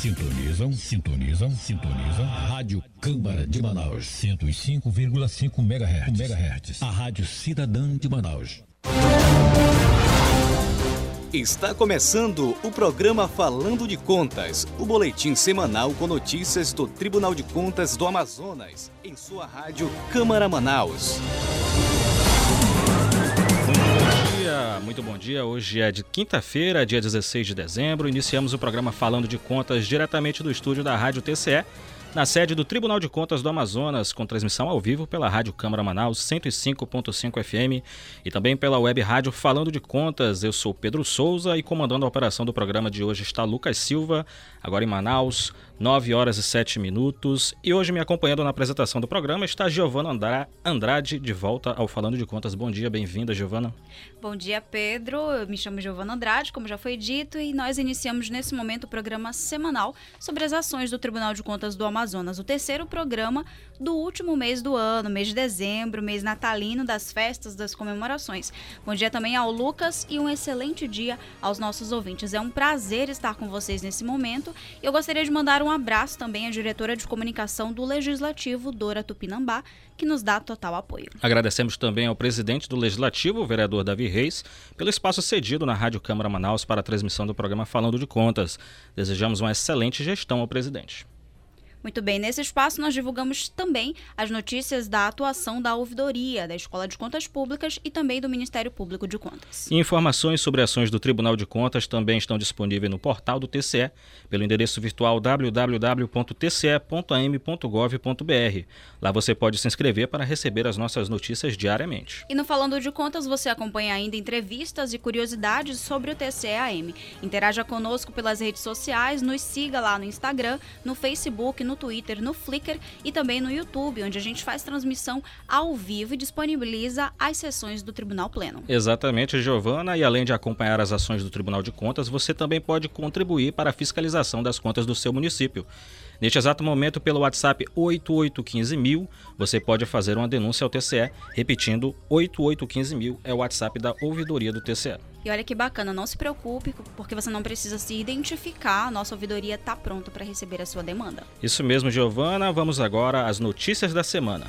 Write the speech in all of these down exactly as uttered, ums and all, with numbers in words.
Sintonizam, sintonizam, sintonizam. Rádio Câmara de Manaus, cento e cinco vírgula cinco megahertz. A Rádio Cidadã de Manaus. Está começando o programa Falando de Contas, o boletim semanal com notícias do Tribunal de Contas do Amazonas, em sua rádio Câmara Manaus. Muito bom dia, muito bom dia. Hoje é de quinta-feira, dia dezesseis de dezembro. Iniciamos o programa Falando de Contas diretamente do estúdio da Rádio T C E, na sede do Tribunal de Contas do Amazonas, com transmissão ao vivo pela Rádio Câmara Manaus cento e cinco ponto cinco F M e também pela web rádio Falando de Contas. Eu sou Pedro Souza e comandando a operação do programa de hoje está Lucas Silva, agora em Manaus, nove horas e sete minutos. E hoje me acompanhando na apresentação do programa está Giovana Andrade, de volta ao Falando de Contas. Bom dia, bem-vinda, Giovana. Bom dia, Pedro. Eu me chamo Giovana Andrade, como já foi dito, e nós iniciamos nesse momento o programa semanal sobre as ações do Tribunal de Contas do Amazonas, o terceiro programa do último mês do ano, mês de dezembro, mês natalino, das festas, das comemorações. Bom dia também ao Lucas e um excelente dia aos nossos ouvintes. É um prazer estar com vocês nesse momento. Eu gostaria de mandar um abraço também à diretora de comunicação do Legislativo, Dora Tupinambá, que nos dá total apoio. Agradecemos também ao presidente do Legislativo, o vereador Davi Reis, pelo espaço cedido na Rádio Câmara Manaus para a transmissão do programa Falando de Contas. Desejamos uma excelente gestão ao presidente. Muito bem, nesse espaço nós divulgamos também as notícias da atuação da Ouvidoria, da Escola de Contas Públicas e também do Ministério Público de Contas. Informações sobre ações do Tribunal de Contas também estão disponíveis no portal do T C E, pelo endereço virtual w w w ponto t c e ponto a m ponto gov ponto b r. Lá você pode se inscrever para receber as nossas notícias diariamente. E no Falando de Contas você acompanha ainda entrevistas e curiosidades sobre o T C E A M. Interaja conosco pelas redes sociais, nos siga lá no Instagram, no Facebook, no no Twitter, no Flickr e também no YouTube, onde a gente faz transmissão ao vivo e disponibiliza as sessões do Tribunal Pleno. Exatamente, Giovana, e além de acompanhar as ações do Tribunal de Contas, você também pode contribuir para a fiscalização das contas do seu município. Neste exato momento, pelo WhatsApp oito oito um cinco mil, você pode fazer uma denúncia ao T C E, repetindo, oito oito um cinco mil é o WhatsApp da ouvidoria do T C E. E olha que bacana, não se preocupe, porque você não precisa se identificar, a nossa ouvidoria está pronta para receber a sua demanda. Isso mesmo, Giovana. Vamos agora às notícias da semana.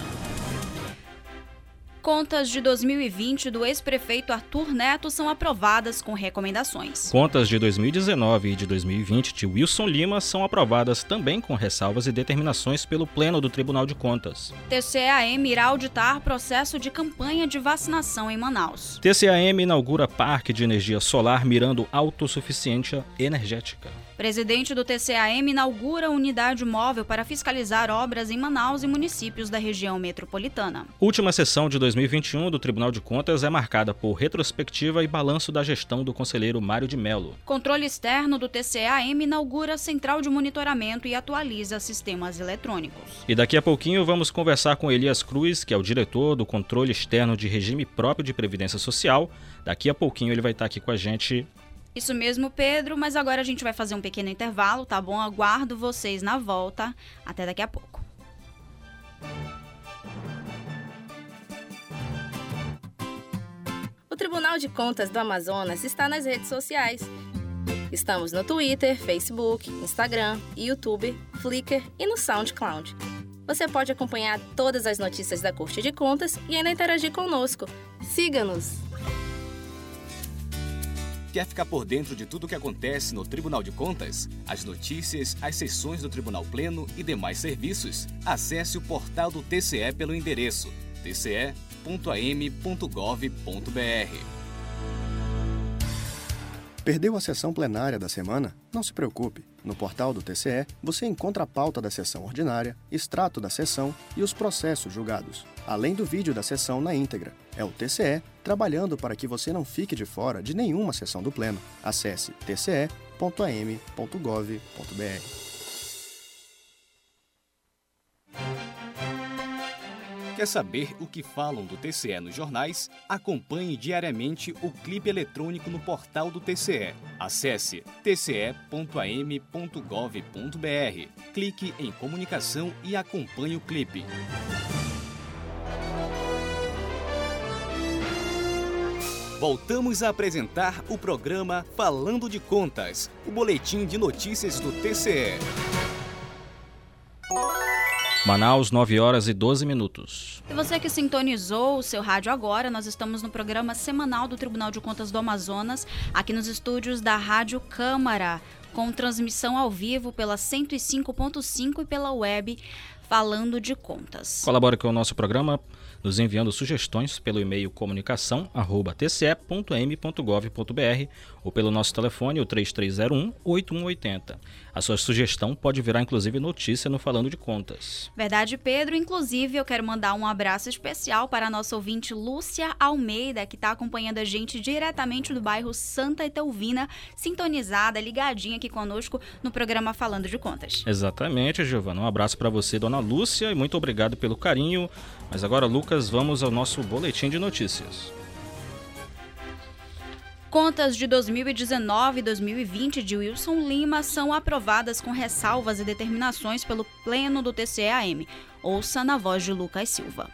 Contas de dois mil e vinte do ex-prefeito Arthur Neto são aprovadas com recomendações. Contas de dois mil e dezenove e de dois mil e vinte de Wilson Lima são aprovadas também com ressalvas e determinações pelo Pleno do Tribunal de Contas. T C E A M irá auditar processo de campanha de vacinação em Manaus. T C E A M inaugura parque de energia solar mirando autossuficiência energética. Presidente do T C E A M inaugura unidade móvel para fiscalizar obras em Manaus e municípios da região metropolitana. Última sessão de dois mil e vinte e um do Tribunal de Contas é marcada por retrospectiva e balanço da gestão do conselheiro Mário de Mello. Controle externo do T C E A M inaugura central de monitoramento e atualiza sistemas eletrônicos. E daqui a pouquinho vamos conversar com Elias Cruz, que é o diretor do Controle Externo de Regime Próprio de Previdência Social. Daqui a pouquinho ele vai estar aqui com a gente. Isso mesmo, Pedro, mas agora a gente vai fazer um pequeno intervalo, tá bom? Aguardo vocês na volta. Até daqui a pouco. O Tribunal de Contas do Amazonas está nas redes sociais. Estamos no Twitter, Facebook, Instagram, YouTube, Flickr e no SoundCloud. Você pode acompanhar todas as notícias da Corte de Contas e ainda interagir conosco. Siga-nos! Quer ficar por dentro de tudo o que acontece no Tribunal de Contas? As notícias, as sessões do Tribunal Pleno e demais serviços? Acesse o portal do T C E pelo endereço t c e ponto a m ponto gov ponto b r. Perdeu a sessão plenária da semana? Não se preocupe. No portal do T C E, você encontra a pauta da sessão ordinária, extrato da sessão e os processos julgados, além do vídeo da sessão na íntegra. É o T C E trabalhando para que você não fique de fora de nenhuma sessão do Pleno. Acesse t c e ponto a m ponto gov ponto b r. Quer saber o que falam do T C E nos jornais? Acompanhe diariamente o clipe eletrônico no portal do T C E. Acesse t c e ponto a m ponto gov ponto b r. Clique em comunicação e acompanhe o clipe. voltamos a apresentar o programa Falando de Contas, o boletim de notícias do T C E. Manaus, nove horas e doze minutos. E você que sintonizou o seu rádio agora, nós estamos no programa semanal do Tribunal de Contas do Amazonas, aqui nos estúdios da Rádio Câmara, com transmissão ao vivo pela cento e cinco ponto cinco e pela web Falando de Contas. Colabore com o nosso programa nos enviando sugestões pelo e-mail comunicação arroba t c e ponto m ponto gov ponto b r ou pelo nosso telefone, o três três zero um, oito um oito zero. A sua sugestão pode virar, inclusive, notícia no Falando de Contas. Verdade, Pedro. Inclusive, eu quero mandar um abraço especial para a nossa ouvinte Lúcia Almeida, que está acompanhando a gente diretamente do bairro Santa Etelvina, sintonizada, ligadinha aqui conosco no programa Falando de Contas. Exatamente, Giovana. Um abraço para você, dona Lúcia, e muito obrigado pelo carinho. Mas agora, Lucas, vamos ao nosso boletim de notícias. Contas de dois mil e dezenove e dois mil e vinte de Wilson Lima são aprovadas com ressalvas e determinações pelo Pleno do T C E A M. Ouça na voz de Lucas Silva.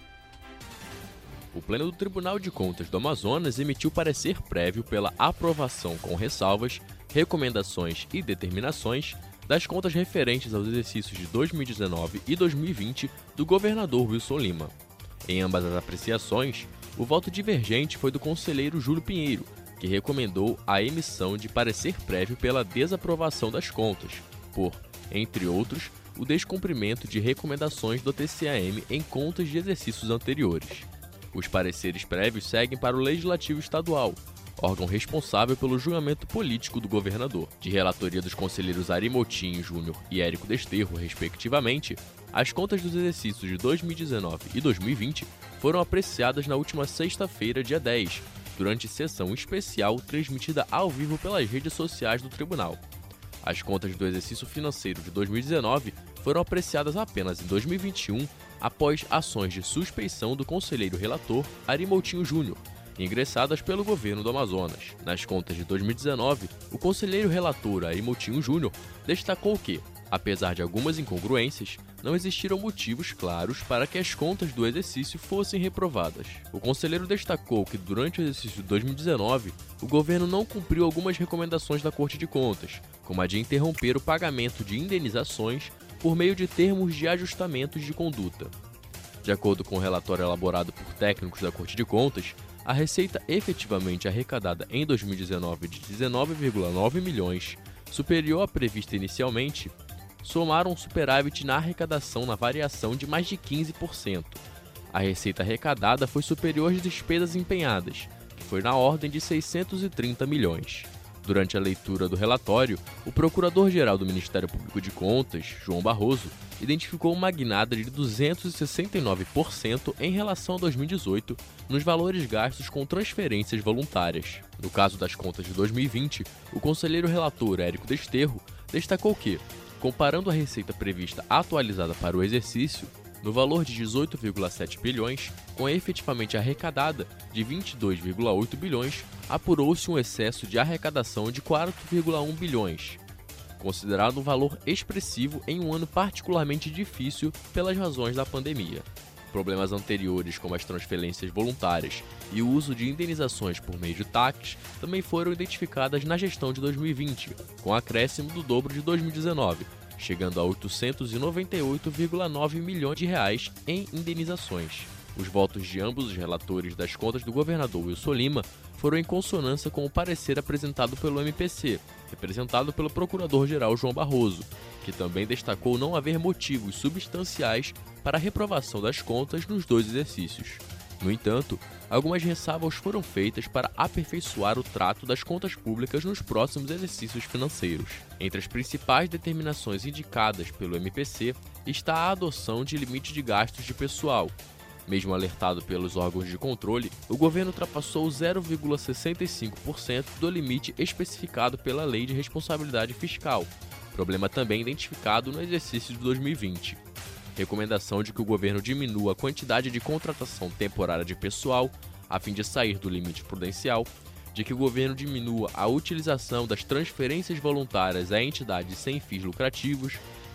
O Pleno do Tribunal de Contas do Amazonas emitiu parecer prévio pela aprovação com ressalvas, recomendações e determinações das contas referentes aos exercícios de dois mil e dezenove e dois mil e vinte do governador Wilson Lima. Em ambas as apreciações, o voto divergente foi do conselheiro Júlio Pinheiro, que recomendou a emissão de parecer prévio pela desaprovação das contas, por, entre outros, o descumprimento de recomendações do T C E A M em contas de exercícios anteriores. Os pareceres prévios seguem para o Legislativo Estadual, órgão responsável pelo julgamento político do governador. De relatoria dos conselheiros Ari Motinho Júnior e Érico Desterro, respectivamente, as contas dos exercícios de dois mil e dezenove e dois mil e vinte foram apreciadas na última sexta-feira, dia dez, durante sessão especial transmitida ao vivo pelas redes sociais do tribunal. As contas do exercício financeiro de dois mil e dezenove foram apreciadas apenas em dois mil e vinte e um, após ações de suspeição do conselheiro relator Ari Motinho Júnior, ingressadas pelo governo do Amazonas. Nas contas de dois mil e dezenove, o conselheiro relator Ari Motinho Júnior destacou que, apesar de algumas incongruências, não existiram motivos claros para que as contas do exercício fossem reprovadas. O conselheiro destacou que durante o exercício de dois mil e dezenove, o governo não cumpriu algumas recomendações da Corte de Contas, como a de interromper o pagamento de indenizações por meio de termos de ajustamentos de conduta. De acordo com o relatório elaborado por técnicos da Corte de Contas, a receita efetivamente arrecadada em dois mil e dezenove de dezenove vírgula nove milhões, superior à prevista inicialmente, somaram um superávit na arrecadação na variação de mais de quinze por cento. A receita arrecadada foi superior às despesas empenhadas, que foi na ordem de seiscentos e trinta milhões. Durante a leitura do relatório, o Procurador-Geral do Ministério Público de Contas, João Barroso, identificou uma guinada de duzentos e sessenta e nove por cento em relação a dois mil e dezoito nos valores gastos com transferências voluntárias. No caso das contas de dois mil e vinte, o conselheiro relator Érico Desterro destacou que, comparando a receita prevista atualizada para o exercício, no valor de dezoito vírgula sete bilhões, com a efetivamente arrecadada de vinte e dois vírgula oito bilhões, apurou-se um excesso de arrecadação de quatro vírgula um bilhões, considerado um valor expressivo em um ano particularmente difícil pelas razões da pandemia. Problemas anteriores, como as transferências voluntárias e o uso de indenizações por meio de T A Cs, também foram identificadas na gestão de dois mil e vinte, com acréscimo do dobro de dois mil e dezenove, chegando a oitocentos e noventa e oito vírgula nove milhões de reais em indenizações. Os votos de ambos os relatores das contas do governador Wilson Lima foram em consonância com o parecer apresentado pelo M P C, representado pelo Procurador-Geral João Barroso, que também destacou não haver motivos substanciais para a reprovação das contas nos dois exercícios. No entanto, algumas ressalvas foram feitas para aperfeiçoar o trato das contas públicas nos próximos exercícios financeiros. Entre as principais determinações indicadas pelo M P C está a adoção de limite de gastos de pessoal. Mesmo alertado pelos órgãos de controle, o governo ultrapassou zero vírgula sessenta e cinco por cento do limite especificado pela Lei de Responsabilidade Fiscal, problema também identificado no exercício de dois mil e vinte. Recomendação de que o governo diminua a quantidade de contratação temporária de pessoal, a fim de sair do limite prudencial, de que o governo diminua a utilização das transferências voluntárias a entidades sem fins lucrativos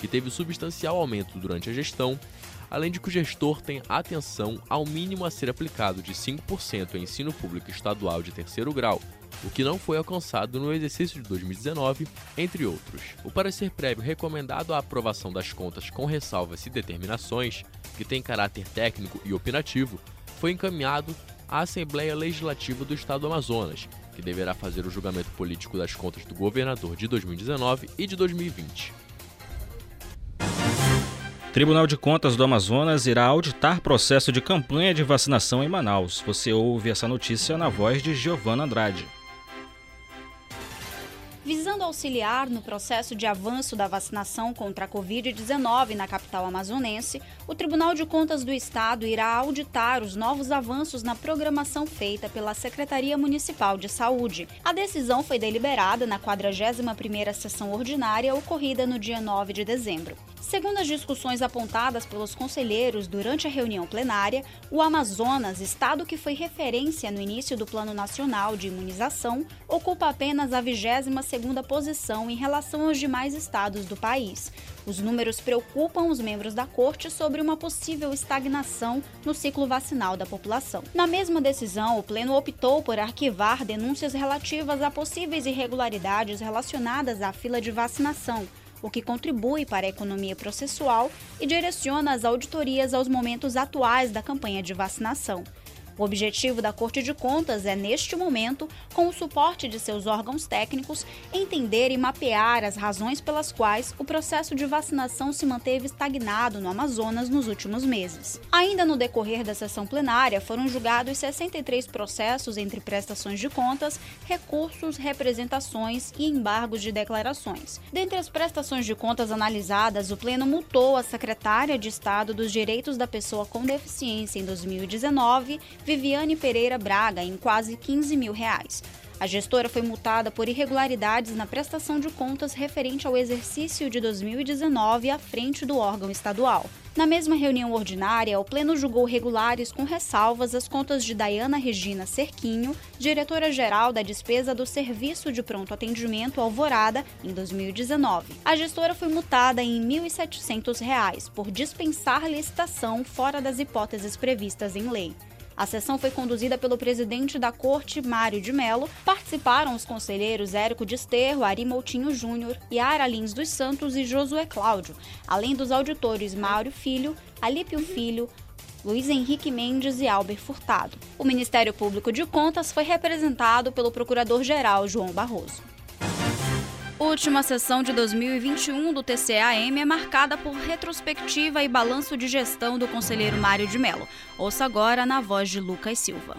que teve substancial aumento durante a gestão, além de que o gestor tem atenção ao mínimo a ser aplicado de cinco por cento em ensino público estadual de terceiro grau, o que não foi alcançado no exercício de dois mil e dezenove, entre outros. O parecer prévio recomendado à aprovação das contas com ressalvas e determinações, que tem caráter técnico e opinativo, foi encaminhado à Assembleia Legislativa do Estado do Amazonas, que deverá fazer o julgamento político das contas do governador de dois mil e dezenove e de dois mil e vinte. Tribunal de Contas do Amazonas irá auditar processo de campanha de vacinação em Manaus. Você ouve essa notícia na voz de Giovana Andrade. Visando auxiliar no processo de avanço da vacinação contra a covid dezenove na capital amazonense, o Tribunal de Contas do Estado irá auditar os novos avanços na programação feita pela Secretaria Municipal de Saúde. A decisão foi deliberada na quadragésima primeira sessão ordinária ocorrida no dia nove de dezembro. Segundo as discussões apontadas pelos conselheiros durante a reunião plenária, o Amazonas, estado que foi referência no início do Plano Nacional de Imunização, ocupa apenas a vigésima segunda posição em relação aos demais estados do país. Os números preocupam os membros da Corte sobre uma possível estagnação no ciclo vacinal da população. Na mesma decisão, o Pleno optou por arquivar denúncias relativas a possíveis irregularidades relacionadas à fila de vacinação, o que contribui para a economia processual e direciona as auditorias aos momentos atuais da campanha de vacinação. O objetivo da Corte de Contas é, neste momento, com o suporte de seus órgãos técnicos, entender e mapear as razões pelas quais o processo de vacinação se manteve estagnado no Amazonas nos últimos meses. Ainda no decorrer da sessão plenária, foram julgados sessenta e três processos entre prestações de contas, recursos, representações e embargos de declarações. Dentre as prestações de contas analisadas, o Pleno multou a secretária de Estado dos Direitos da Pessoa com Deficiência em dois mil e dezenove, Viviane Pereira Braga, em quase quinze mil reais. A gestora foi multada por irregularidades na prestação de contas referente ao exercício de dois mil e dezenove à frente do órgão estadual. Na mesma reunião ordinária, o Pleno julgou regulares com ressalvas as contas de Dayana Regina Cerquinho, diretora-geral da despesa do Serviço de Pronto Atendimento Alvorada, em dois mil e dezenove. A gestora foi multada em mil e setecentos reais por dispensar licitação fora das hipóteses previstas em lei. A sessão foi conduzida pelo presidente da Corte, Mário de Mello. Participaram os conselheiros Érico Desterro, Ari Moutinho Júnior, Yara Lins dos Santos e Josué Cláudio, além dos auditores Mauro Filho, Alípio Filho, Luiz Henrique Mendes e Albert Furtado. O Ministério Público de Contas foi representado pelo Procurador-Geral João Barroso. Última sessão de dois mil e vinte e um do T C E A M é marcada por retrospectiva e balanço de gestão do conselheiro Mário de Mello. Ouça agora na voz de Lucas Silva.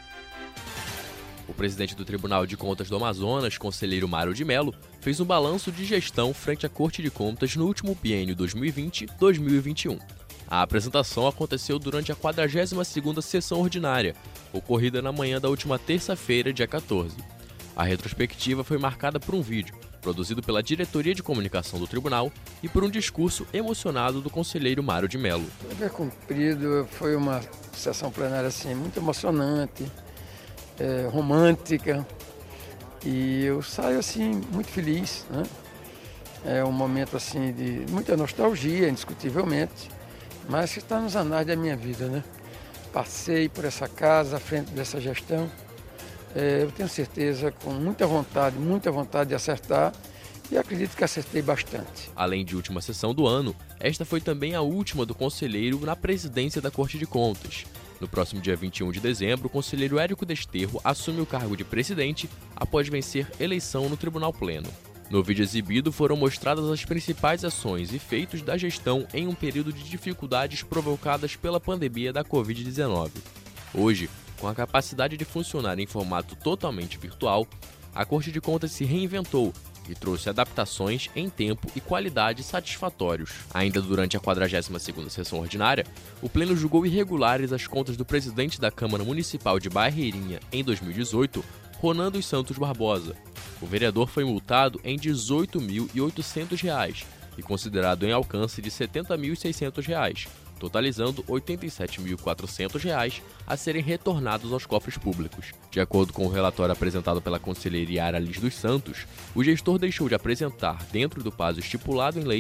O presidente do Tribunal de Contas do Amazonas, conselheiro Mário de Mello, fez um balanço de gestão frente à Corte de Contas no último biênio dois mil e vinte a dois mil e vinte e um. A apresentação aconteceu durante a quadragésima segunda sessão ordinária, ocorrida na manhã da última terça-feira, dia quatorze. A retrospectiva foi marcada por um vídeo, produzido pela Diretoria de Comunicação do Tribunal, e por um discurso emocionado do conselheiro Mário de Mello. Dever cumprido, foi uma sessão plenária assim, muito emocionante, é, romântica, e eu saio assim muito feliz, né? É um momento assim de muita nostalgia, indiscutivelmente, mas que está nos anais da minha vida, né? Passei por essa casa, à frente dessa gestão. É, eu tenho certeza, com muita vontade, muita vontade de acertar, e acredito que acertei bastante. Além de última sessão do ano, esta foi também a última do conselheiro na presidência da Corte de Contas. No próximo dia vinte e um de dezembro, o conselheiro Érico Desterro assume o cargo de presidente após vencer eleição no Tribunal Pleno. No vídeo exibido foram mostradas as principais ações e feitos da gestão em um período de dificuldades provocadas pela pandemia da covid dezenove. Hoje, com a capacidade de funcionar em formato totalmente virtual, a Corte de Contas se reinventou e trouxe adaptações em tempo e qualidade satisfatórios. Ainda durante a quadragésima segunda sessão ordinária, o Pleno julgou irregulares as contas do presidente da Câmara Municipal de Barreirinha em dois mil e dezoito, Ronan dos Santos Barbosa. O vereador foi multado em dezoito mil e oitocentos reais e considerado em alcance de setenta mil e seiscentos reais, totalizando oitenta e sete mil e quatrocentos reais a serem retornados aos cofres públicos. De acordo com o relatório apresentado pela conselheira Yara Lins dos Santos, o gestor deixou de apresentar, dentro do prazo estipulado em lei,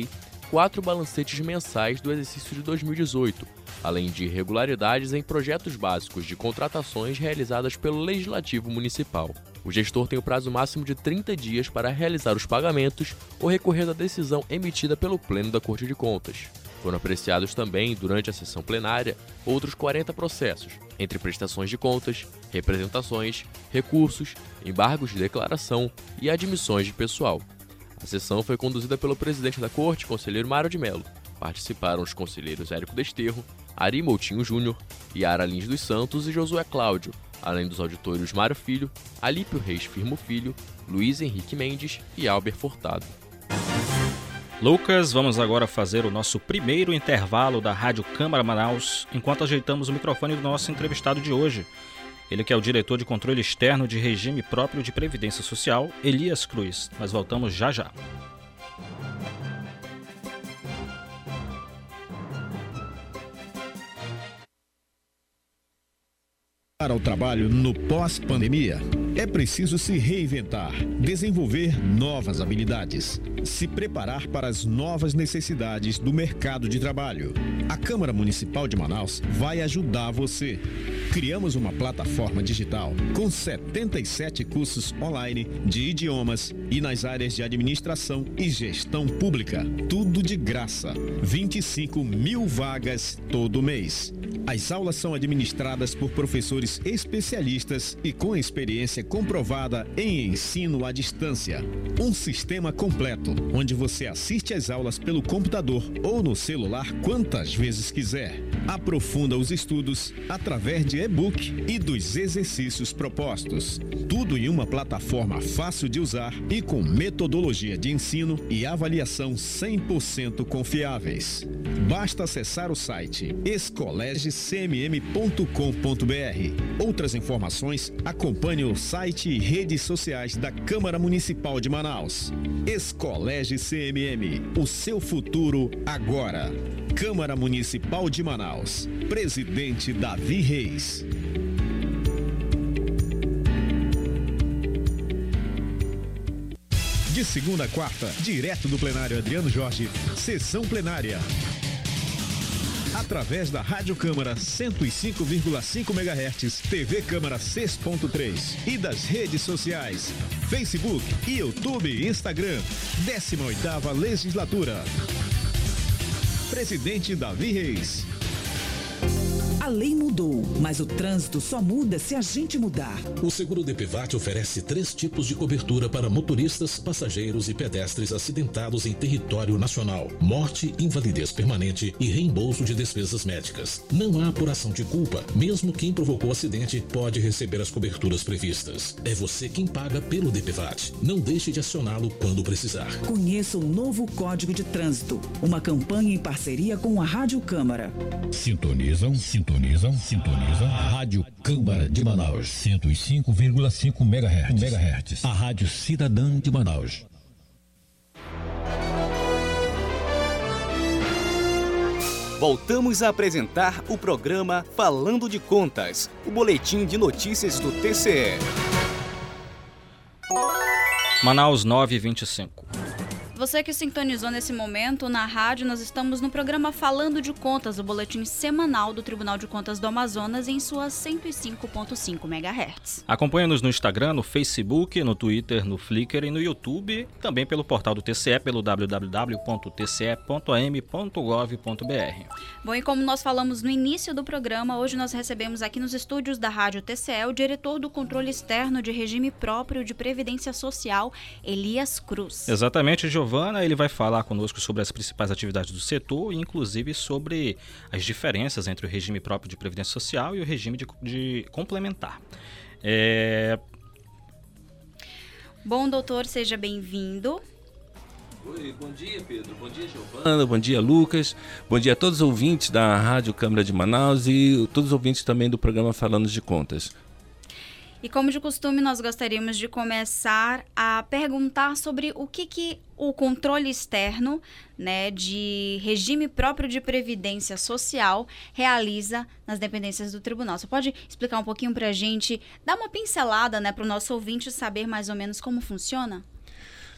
quatro balancetes mensais do exercício de dois mil e dezoito, além de irregularidades em projetos básicos de contratações realizadas pelo Legislativo Municipal. O gestor tem o prazo máximo de trinta dias para realizar os pagamentos ou recorrer da decisão emitida pelo Pleno da Corte de Contas. Foram apreciados também, durante a sessão plenária, outros quarenta processos, entre prestações de contas, representações, recursos, embargos de declaração e admissões de pessoal. A sessão foi conduzida pelo presidente da Corte, conselheiro Mário de Mello. Participaram os conselheiros Érico Desterro, Ari Moutinho Júnior, Yara Lins dos Santos e Josué Cláudio, além dos auditores Mário Filho, Alípio Reis Firmo Filho, Luiz Henrique Mendes e Albert Furtado. Lucas, vamos agora fazer o nosso primeiro intervalo da Rádio Câmara Manaus, enquanto ajeitamos o microfone do nosso entrevistado de hoje. Ele que é o diretor de controle externo de regime próprio de Previdência Social, Elias Cruz. Nós voltamos já já. Para o trabalho no pós-pandemia, é preciso se reinventar, desenvolver novas habilidades, se preparar para as novas necessidades do mercado de trabalho. A Câmara Municipal de Manaus vai ajudar você. Criamos uma plataforma digital com setenta e sete cursos online de idiomas e nas áreas de administração e gestão pública. Tudo de graça. vinte e cinco mil vagas todo mês. As aulas são administradas por professores especialistas e com experiência comprovada em ensino à distância. Um sistema completo, onde você assiste às aulas pelo computador ou no celular quantas vezes quiser. Aprofunda os estudos através de e-book e dos exercícios propostos. Tudo em uma plataforma fácil de usar e com metodologia de ensino e avaliação cem por cento confiáveis. Basta acessar o site escolege c m m ponto com ponto b r. Outras informações, acompanhe o site e redes sociais da Câmara Municipal de Manaus. Escolege C M M, o seu futuro agora. Câmara Municipal de Manaus. Presidente Davi Reis. De segunda a quarta, direto do plenário Adriano Jorge, sessão plenária. Através da Rádio Câmara cento e cinco vírgula cinco megahertz, T V Câmara seis ponto três e das redes sociais, Facebook, YouTube e Instagram. décima oitava Legislatura. Presidente Davi Reis. A lei mudou, mas o trânsito só muda se a gente mudar. O seguro D P V A T oferece três tipos de cobertura para motoristas, passageiros e pedestres acidentados em território nacional: morte, invalidez permanente e reembolso de despesas médicas. Não há apuração de culpa. Mesmo quem provocou o acidente pode receber as coberturas previstas. É você quem paga pelo D P V A T. Não deixe de acioná-lo quando precisar. Conheça o novo Código de Trânsito, uma campanha em parceria com a Rádio Câmara. Sintonizam, sintonizam. Sintonizam, sintonizam. Rádio Câmara de Manaus, cento e cinco vírgula cinco megahertz. A Rádio Cidadã de Manaus. Voltamos a apresentar o programa Falando de Contas, o boletim de notícias do T C E. Manaus nove e vinte e cinco. Você que sintonizou nesse momento na rádio, nós estamos no programa Falando de Contas, o boletim semanal do Tribunal de Contas do Amazonas em suas cento e cinco vírgula cinco megahertz. Acompanhe-nos no Instagram, no Facebook, no Twitter, no Flickr e no YouTube, também pelo portal do T C E, pelo w w w ponto t c e ponto a m ponto gov ponto b r. Bom, e como nós falamos no início do programa, hoje nós recebemos aqui nos estúdios da Rádio T C E o diretor do controle externo de regime próprio de Previdência Social, Elias Cruz. Exatamente, Giovana. Ele vai falar conosco sobre as principais atividades do setor e inclusive sobre as diferenças entre o regime próprio de Previdência Social e o regime de, de complementar. É... Bom, doutor, seja bem-vindo. Oi, bom dia, Pedro. Bom dia, Giovana. Bom dia, Lucas. Bom dia a todos os ouvintes da Rádio Câmara de Manaus e todos os ouvintes também do programa Falando de Contas. E como de costume, nós gostaríamos de começar a perguntar sobre o que, que o controle externo, né, de regime próprio de previdência social realiza nas dependências do tribunal. Você pode explicar um pouquinho para a gente, dar uma pincelada, né, para o nosso ouvinte saber mais ou menos como funciona?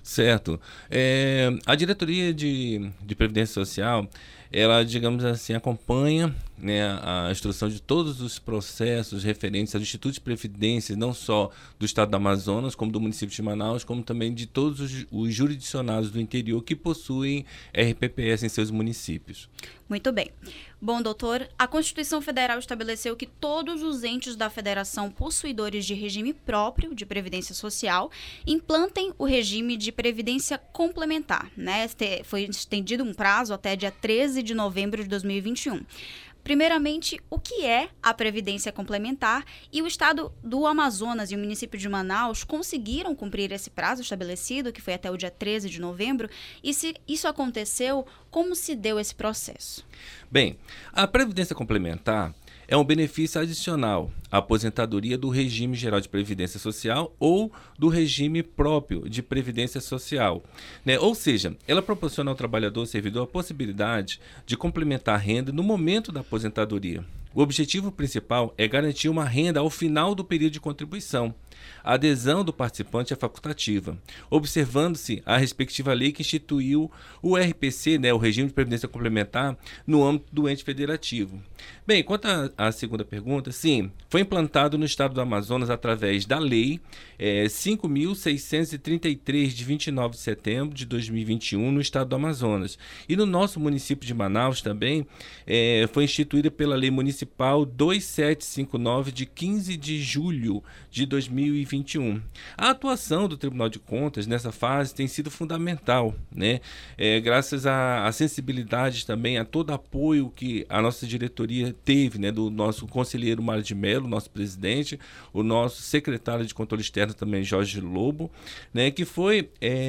Certo. É, a diretoria de, de Previdência Social, ela, digamos assim, acompanha, né, a instrução de todos os processos referentes aos institutos de previdência, não só do estado do Amazonas, como do município de Manaus, como também de todos os, os jurisdicionados do interior que possuem R P P S em seus municípios. Muito bem. Bom, doutor, a Constituição Federal estabeleceu que todos os entes da federação possuidores de regime próprio de previdência social implantem o regime de previdência complementar, né? Foi estendido um prazo até dia treze de novembro de dois mil e vinte e um. Primeiramente, o que é a Previdência Complementar e o Estado do Amazonas e o município de Manaus conseguiram cumprir esse prazo estabelecido, que foi até o dia treze de novembro, e se isso aconteceu, como se deu esse processo? Bem, a Previdência Complementar é um benefício adicional à aposentadoria do regime geral de previdência social ou do regime próprio de previdência social, né? Ou seja, ela proporciona ao trabalhador ou servidor a possibilidade de complementar a renda no momento da aposentadoria. O objetivo principal é garantir uma renda ao final do período de contribuição. A adesão do participante é facultativa, observando-se a respectiva lei que instituiu o R P C, né, o Regime de Previdência Complementar, no âmbito do ente federativo. Bem, quanto à segunda pergunta, sim, foi implantado no estado do Amazonas através da Lei é, cinco mil seiscentos e trinta e três, de vinte e nove de setembro de dois mil e vinte e um, no estado do Amazonas. E no nosso município de Manaus também é, foi instituída pela Lei Municipal dois mil setecentos e cinquenta e nove, de quinze de julho de dois mil e vinte e um. A atuação do Tribunal de Contas nessa fase tem sido fundamental, né? É, graças à sensibilidade também, a todo apoio que a nossa diretoria teve, né, do nosso conselheiro Mário de Mello, nosso presidente, o nosso secretário de Controle Externo também, Jorge Lobo, né, que foi,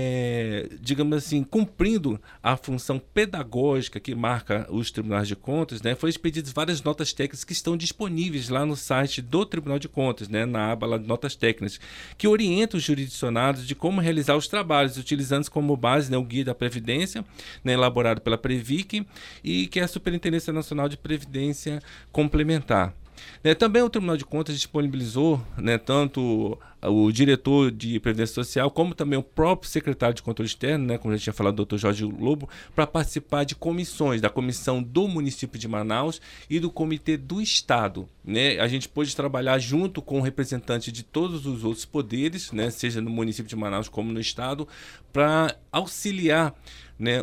é, digamos assim, cumprindo a função pedagógica que marca os tribunais de contas, né, foi expedidas várias notas técnicas que estão disponíveis lá no site do Tribunal de Contas, né, na aba lá de notas técnicas, que orienta os jurisdicionados de como realizar os trabalhos, utilizando como base, né, o Guia da Previdência, né, elaborado pela Previc, e que é a Superintendência Nacional de Previdência Complementar. Né, também o Tribunal de Contas disponibilizou, né, tanto o diretor de Previdência Social, como também o próprio secretário de Controle Externo, né, como já tinha falado o doutor Jorge Lobo, para participar de comissões, da comissão do município de Manaus e do comitê do Estado. Né? A gente pôde trabalhar junto com representantes de todos os outros poderes, né, seja no município de Manaus como no Estado, para auxiliar, né,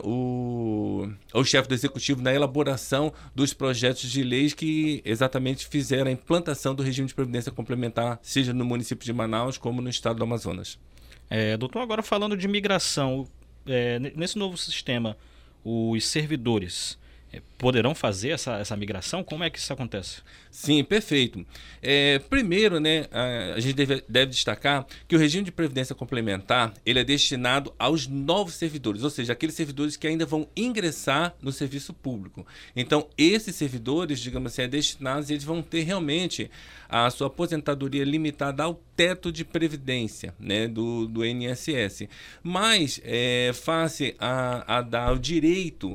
o, o chefe do executivo na elaboração dos projetos de leis que exatamente fizeram a implantação do regime de previdência complementar, seja no município de Manaus como no estado do Amazonas. É, doutor, agora falando de migração, é, nesse novo sistema, os servidores é, poderão fazer essa, essa migração? Como é que isso acontece? Sim, perfeito. É, primeiro, né, a, a gente deve, deve destacar que o regime de previdência complementar ele é destinado aos novos servidores, ou seja, aqueles servidores que ainda vão ingressar no serviço público. Então, esses servidores, digamos assim, é destinados, eles vão ter realmente a sua aposentadoria limitada ao teto de previdência, né, do, do I N S S. Mas, é, face a, a dar o direito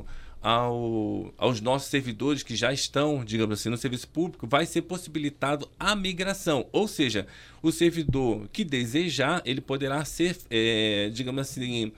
Ao, aos nossos servidores que já estão, digamos assim, no serviço público, vai ser possibilitado a migração. Ou seja, o servidor que desejar, ele poderá ser, é, digamos assim,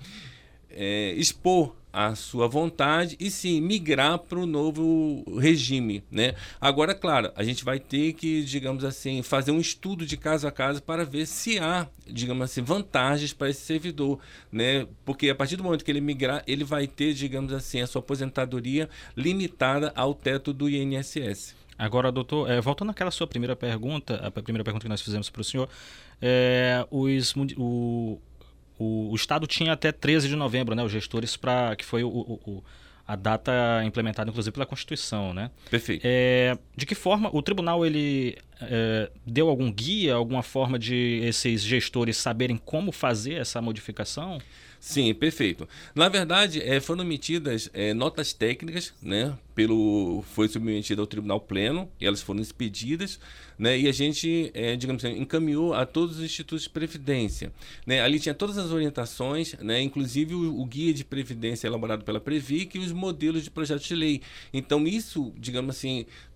é, expor a sua vontade e sim migrar para o novo regime, né? Agora, claro, a gente vai ter que, digamos assim, fazer um estudo de caso a caso para ver se há, digamos assim, vantagens para esse servidor, né? Porque a partir do momento que ele migrar, ele vai ter, digamos assim, a sua aposentadoria limitada ao teto do I N S S. Agora, doutor, é, voltando àquela sua primeira pergunta, a primeira pergunta que nós fizemos para o senhor, é, os, o, o, o Estado tinha até treze de novembro, né, os gestores, para que foi o, o, a data implementada, inclusive, pela Constituição, né? Perfeito. É, de que forma o tribunal ele é, deu algum guia, alguma forma de esses gestores saberem como fazer essa modificação? Sim, perfeito. Na verdade, é, foram emitidas é, notas técnicas, né, pelo, foi submetida ao Tribunal Pleno, e elas foram expedidas, né, e a gente, é, digamos assim, encaminhou a todos os institutos de previdência. Né, ali tinha todas as orientações, né, inclusive o, o guia de previdência elaborado pela Previc e os modelos de projetos de lei. Então, isso, digamos assim,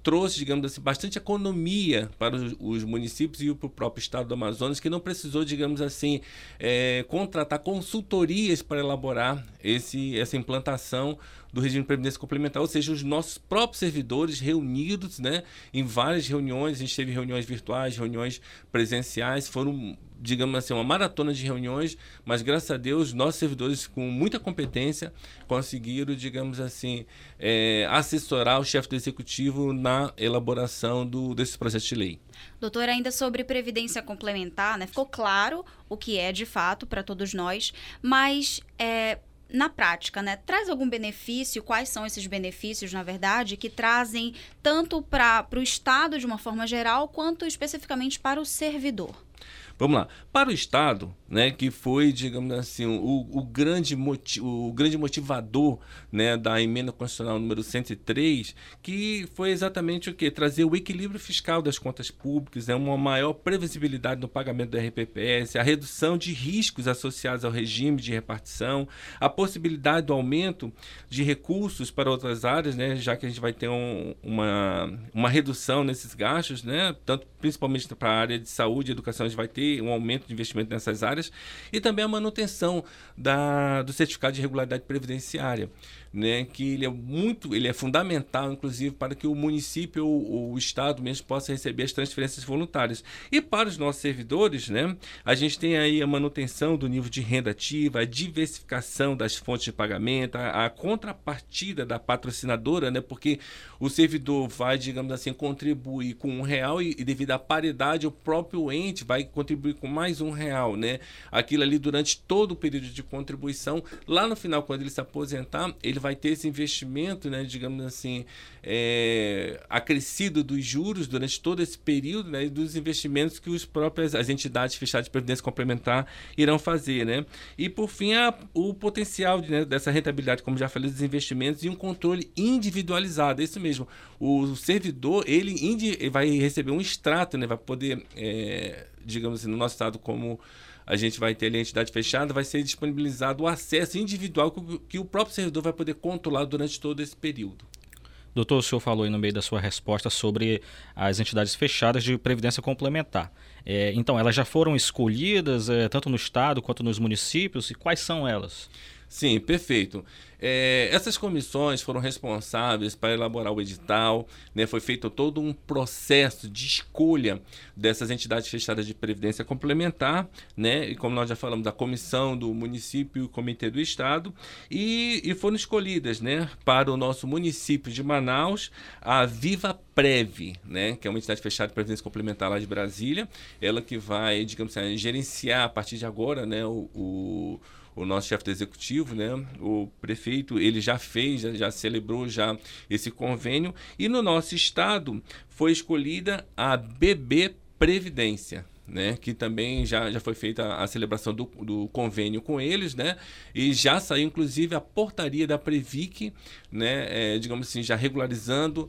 trouxe, digamos assim, bastante economia para os, os municípios e para o próprio estado do Amazonas, que não precisou, digamos assim, é, contratar consultorias para elaborar esse, essa implantação do regime de previdência complementar, ou seja, os nossos próprios servidores reunidos, né, em várias reuniões. A gente teve reuniões virtuais, reuniões presenciais, foram, digamos assim, uma maratona de reuniões, mas graças a Deus, nossos servidores com muita competência conseguiram, digamos assim, é, assessorar o chefe do executivo na elaboração do, desses projetos de lei. Doutor, ainda sobre previdência complementar, né, ficou claro o que é de fato para todos nós, mas é, na prática, né, traz algum benefício? Quais são esses benefícios, na verdade, que trazem tanto para o Estado de uma forma geral, quanto especificamente para o servidor? Vamos lá. Para o Estado, né, que foi, digamos assim, o, o, grande, moti o grande motivador, né, da emenda constitucional número cento e três, que foi exatamente o quê? Trazer o equilíbrio fiscal das contas públicas, né, uma maior previsibilidade no pagamento do R P P S, a redução de riscos associados ao regime de repartição, a possibilidade do aumento de recursos para outras áreas, né, já que a gente vai ter um, uma, uma redução nesses gastos, né, tanto principalmente para a área de saúde e educação, a gente vai ter um aumento de investimento nessas áreas, e também a manutenção da, do certificado de regularidade previdenciária, né, que ele é muito, ele é fundamental, inclusive, para que o município ou o Estado mesmo possa receber as transferências voluntárias. E para os nossos servidores, né, a gente tem aí a manutenção do nível de renda ativa, a diversificação das fontes de pagamento, a, a contrapartida da patrocinadora, né, porque o servidor vai, digamos assim, contribuir com um real e, e devido à paridade, o próprio ente vai contribuir com mais um real, né? Aquilo ali durante todo o período de contribuição. Lá no final, quando ele se aposentar, ele vai ter esse investimento, né, digamos assim, é, acrescido dos juros durante todo esse período, né, e dos investimentos que os próprios, as entidades fechadas de previdência complementar irão fazer, né? E por fim, a, o potencial de, né, dessa rentabilidade, como já falei, dos investimentos e um controle individualizado. É isso mesmo. O servidor, ele, indi, ele vai receber um extrato, né, vai poder, é, digamos assim, no nosso estado, como a gente vai ter ali a entidade fechada, vai ser disponibilizado o acesso individual que, que o próprio servidor vai poder controlar durante todo esse período. Doutor, o senhor falou aí no meio da sua resposta sobre as entidades fechadas de previdência complementar. É, então, elas já foram escolhidas, é, tanto no Estado quanto nos municípios, e quais são elas? Sim, perfeito. É, essas comissões foram responsáveis para elaborar o edital, né, foi feito todo um processo de escolha dessas entidades fechadas de previdência complementar, né, e como nós já falamos, da comissão do município e o comitê do Estado, e, e foram escolhidas, né, para o nosso município de Manaus, a Viva Prev, né, que é uma entidade fechada de previdência complementar lá de Brasília, ela que vai, digamos assim, gerenciar a partir de agora, né, o, o o nosso chefe do executivo, né, o prefeito, ele já fez, já, já celebrou já esse convênio, e no nosso estado foi escolhida a B B Previdência, né, que também já, já foi feita a celebração do, do convênio com eles, né, e já saiu inclusive a portaria da Previc, né, é, digamos assim, já regularizando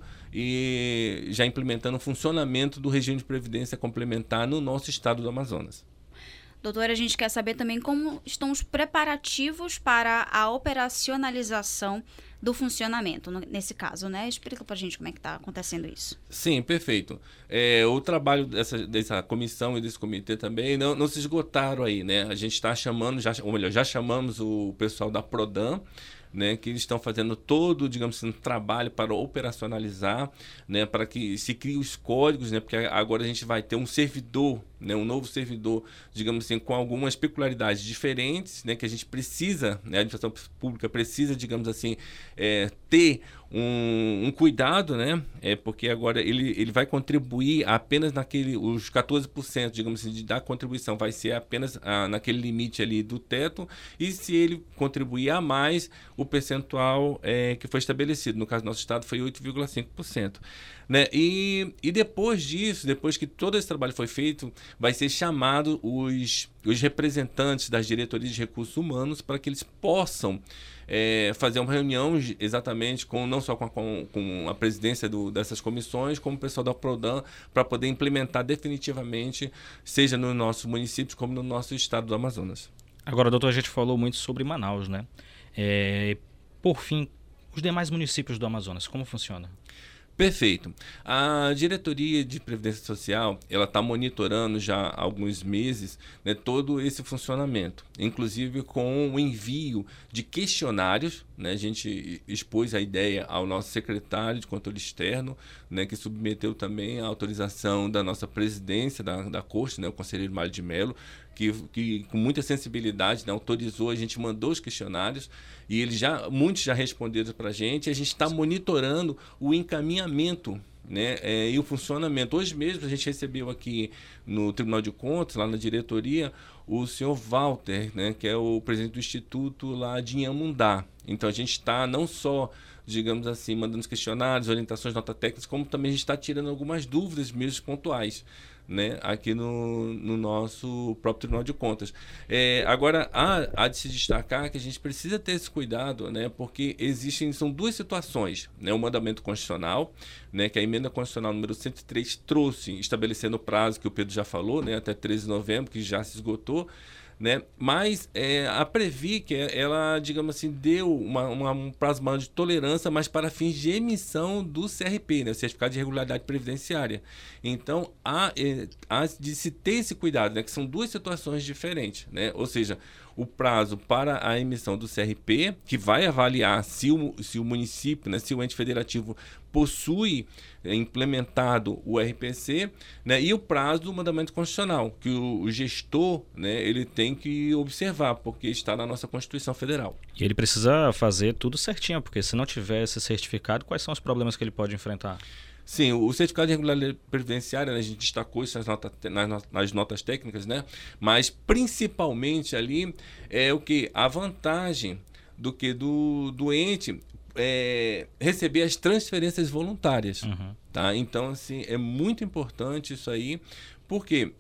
e já implementando o funcionamento do regime de previdência complementar no nosso estado do Amazonas. Doutora, a gente quer saber também como estão os preparativos para a operacionalização do funcionamento, nesse caso, né? Explica pra gente como é que está acontecendo isso. Sim, perfeito. É, o trabalho dessa, dessa comissão e desse comitê também não, não se esgotaram aí, né? A gente está chamando, já, ou melhor, já chamamos o pessoal da Prodam, né, que eles estão fazendo todo, digamos assim, um trabalho para operacionalizar, né, para que se crie os códigos, né, porque agora a gente vai ter um servidor, né, um novo servidor, digamos assim, com algumas peculiaridades diferentes, né, que a gente precisa, né, a administração pública precisa, digamos assim, é, ter um, um cuidado, né, é, porque agora ele, ele vai contribuir apenas naquele, os quatorze por cento, digamos assim, de, da contribuição vai ser apenas ah, naquele limite ali do teto, e se ele contribuir a mais, o percentual é, que foi estabelecido, no caso do nosso estado foi oito vírgula cinco por cento. Né? E, e depois disso, depois que todo esse trabalho foi feito, vai ser chamado os, os representantes das diretorias de recursos humanos para que eles possam é, fazer uma reunião exatamente com não só com a, com, com a presidência do, dessas comissões, como o pessoal da Prodam, para poder implementar definitivamente, seja no nosso município como no nosso estado do Amazonas. Agora, doutor, a gente falou muito sobre Manaus, né? É, por fim, os demais municípios do Amazonas, como funciona? Perfeito. A Diretoria de Previdência Social, ela está monitorando já há alguns meses, né, todo esse funcionamento, inclusive com o envio de questionários, né, a gente expôs a ideia ao nosso secretário de controle externo, né, que submeteu também a autorização da nossa presidência da, da Corte, né, o conselheiro Mário de Mello, que, que com muita sensibilidade, né, autorizou, a gente mandou os questionários e eles já, muitos já responderam para a gente, e a gente está monitorando o encaminhamento, né, é, e o funcionamento. Hoje mesmo a gente recebeu aqui no Tribunal de Contas, lá na diretoria, o senhor Walter, né, que é o presidente do Instituto lá de Inhamundá. Então a gente está não só, digamos assim, mandando os questionários, orientações, notas técnicas, como também a gente está tirando algumas dúvidas mesmo pontuais, né, aqui no, no nosso próprio Tribunal de Contas. É, agora, há, há de se destacar que a gente precisa ter esse cuidado, né, porque existem, são duas situações, né, o mandamento constitucional, né, que a emenda constitucional número cento e três trouxe, estabelecendo o prazo que o Pedro já falou, né, até treze de novembro, que já se esgotou, né? Mas é, a Previc, ela, digamos assim, deu uma, uma, um prazo maior de tolerância, mas para fins de emissão do C R P, né? O Certificado de Regularidade Previdenciária. Então, há, é, há de se ter esse cuidado, né? Que são duas situações diferentes, né? Ou seja, o prazo para a emissão do C R P, que vai avaliar se o, se o município, né, se o ente federativo possui é, implementado o R P C, né, e o prazo do mandamento constitucional, que o, o gestor, né, ele tem que observar, porque está na nossa Constituição Federal. E ele precisa fazer tudo certinho, porque se não tiver esse certificado, quais são os problemas que ele pode enfrentar? Sim, o certificado de regularidade previdenciária, né, a gente destacou isso nas, nota, nas, nas notas técnicas, né, mas principalmente ali é o que? A vantagem do que do, do ente é, receber as transferências voluntárias. Uhum. Tá? Então, assim, é muito importante isso aí, porque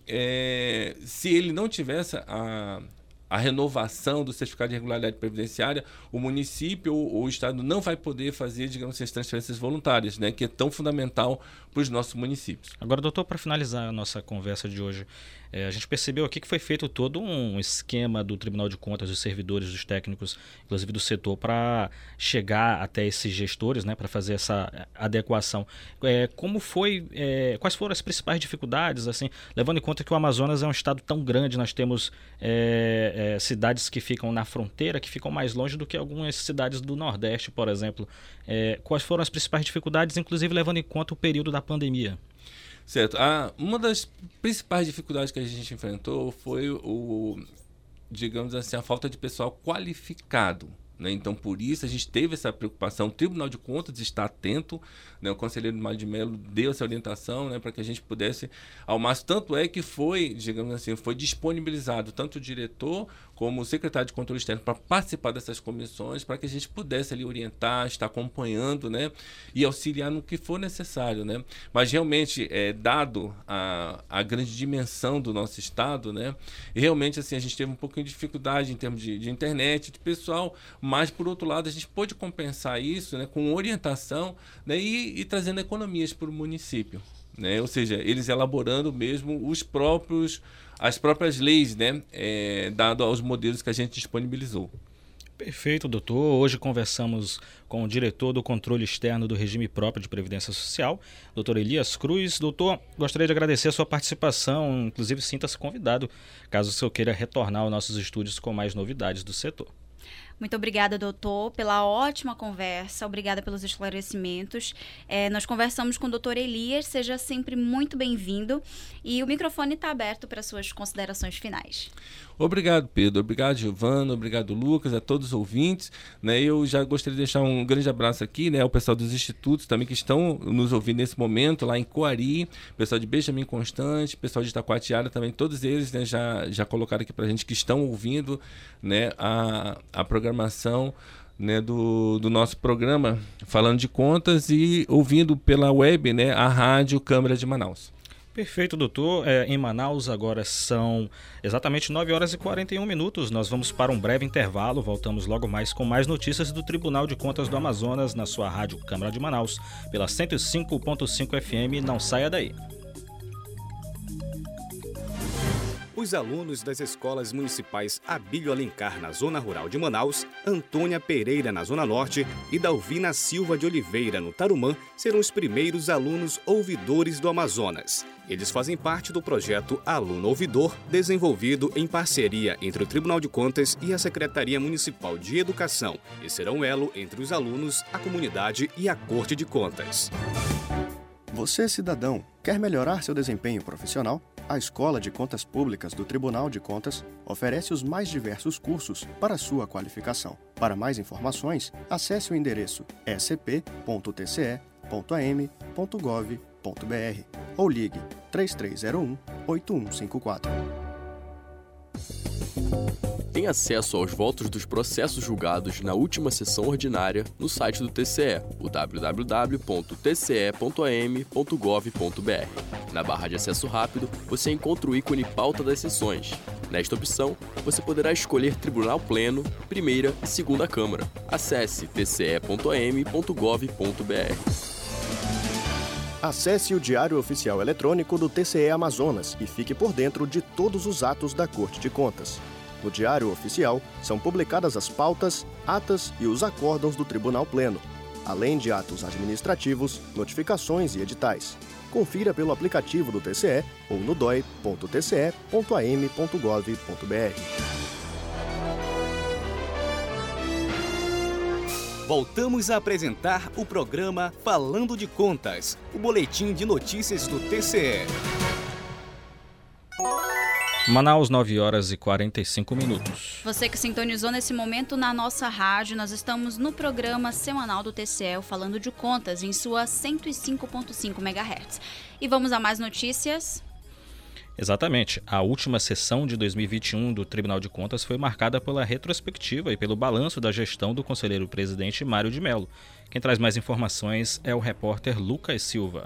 é, se ele não tivesse a... a renovação do certificado de regularidade previdenciária, o município ou, ou o Estado não vai poder fazer, digamos assim, as transferências voluntárias, né, que é tão fundamental para os nossos municípios. Agora, doutor, para finalizar a nossa conversa de hoje, é, a gente percebeu aqui que foi feito todo um esquema do Tribunal de Contas, dos servidores, dos técnicos, inclusive do setor, para chegar até esses gestores, né, para fazer essa adequação. É, como foi, é, quais foram as principais dificuldades, assim, levando em conta que o Amazonas é um estado tão grande, nós temos é, é, cidades que ficam na fronteira, que ficam mais longe do que algumas cidades do Nordeste, por exemplo. É, quais foram as principais dificuldades, inclusive levando em conta o período da pandemia? Certo. Ah, uma das principais dificuldades que a gente enfrentou foi o, digamos assim, a falta de pessoal qualificado, né? Então, por isso, a gente teve essa preocupação. O Tribunal de Contas está atento, né? O conselheiro Mário de Mello deu essa orientação, né, para que a gente pudesse, ao máximo, tanto é que foi, digamos assim, foi disponibilizado tanto o diretor como o secretário de controle externo para participar dessas comissões, para que a gente pudesse ali orientar, estar acompanhando, né, e auxiliar no que for necessário, né. Mas realmente, é, dado a, a grande dimensão do nosso estado, né, realmente assim, a gente teve um pouquinho de dificuldade em termos de, de internet, de pessoal, mas por outro lado a gente pôde compensar isso, né, com orientação, né, e, e trazendo economias para o município. Né? Ou seja, eles elaborando mesmo os próprios, as próprias leis, né? É, dado aos modelos que a gente disponibilizou. Perfeito, doutor. Hoje conversamos com o diretor do controle externo do regime próprio de Previdência Social, doutor Elias Cruz. Doutor, gostaria de agradecer a sua participação, inclusive sinta-se convidado, caso o senhor queira retornar aos nossos estúdios com mais novidades do setor. Muito obrigada, doutor, pela ótima conversa, obrigada pelos esclarecimentos. É, nós conversamos com o doutor Elias, seja sempre muito bem-vindo e o microfone está aberto para suas considerações finais. Obrigado, Pedro. Obrigado, Giovana. Obrigado, Lucas, a todos os ouvintes. Né, eu já gostaria de deixar um grande abraço aqui, né, ao pessoal dos institutos também que estão nos ouvindo nesse momento, lá em Coari, pessoal de Benjamin Constante, pessoal de Itacoatiara também, todos eles, né, já, já colocaram aqui para a gente que estão ouvindo, né, a, a programação, né, do, do nosso programa, falando de contas e ouvindo pela web, né, a Rádio Câmara de Manaus. Perfeito, doutor. É, em Manaus agora são exatamente nove horas e quarenta e um minutos. Nós vamos para um breve intervalo. Voltamos logo mais com mais notícias do Tribunal de Contas do Amazonas na sua Rádio Câmara de Manaus, pela cento e cinco ponto cinco F M. Não saia daí. O Os alunos das escolas municipais Abílio Alencar, na zona rural de Manaus, Antônia Pereira, na zona norte, e Dalvina Silva de Oliveira, no Tarumã, serão os primeiros alunos ouvidores do Amazonas. Eles fazem parte do projeto Aluno Ouvidor, desenvolvido em parceria entre o Tribunal de Contas e a Secretaria Municipal de Educação, e serão um elo entre os alunos, a comunidade e a Corte de Contas. Você, cidadão, quer melhorar seu desempenho profissional? A Escola de Contas Públicas do Tribunal de Contas oferece os mais diversos cursos para sua qualificação. Para mais informações, acesse o endereço s c p ponto t c e ponto a m ponto gov ponto b r ou ligue três três zero um, oito um cinco quatro. Tem acesso aos votos dos processos julgados na última sessão ordinária no site do T C E, o w w w ponto t c e ponto a m ponto gov ponto b r. Na barra de acesso rápido, você encontra o ícone Pauta das Sessões. Nesta opção, você poderá escolher Tribunal Pleno, Primeira e Segunda Câmara. Acesse t c e ponto a m ponto gov ponto b r. Acesse o Diário Oficial Eletrônico do T C E Amazonas e fique por dentro de todos os atos da Corte de Contas. No Diário Oficial, são publicadas as pautas, atas e os acórdãos do Tribunal Pleno, além de atos administrativos, notificações e editais. Confira pelo aplicativo do T C E ou no d o i ponto t c e ponto a m ponto gov ponto b r. Voltamos a apresentar o programa Falando de Contas, o boletim de notícias do T C E. Manaus, nove horas e quarenta e cinco minutos. Você que sintonizou nesse momento na nossa rádio, nós estamos no programa semanal do T C E, Falando de Contas, em sua cento e cinco ponto cinco megahertz. E vamos a mais notícias? Exatamente. A última sessão de dois mil e vinte e um do Tribunal de Contas foi marcada pela retrospectiva e pelo balanço da gestão do conselheiro-presidente Mário de Mello. Quem traz mais informações é o repórter Lucas Silva.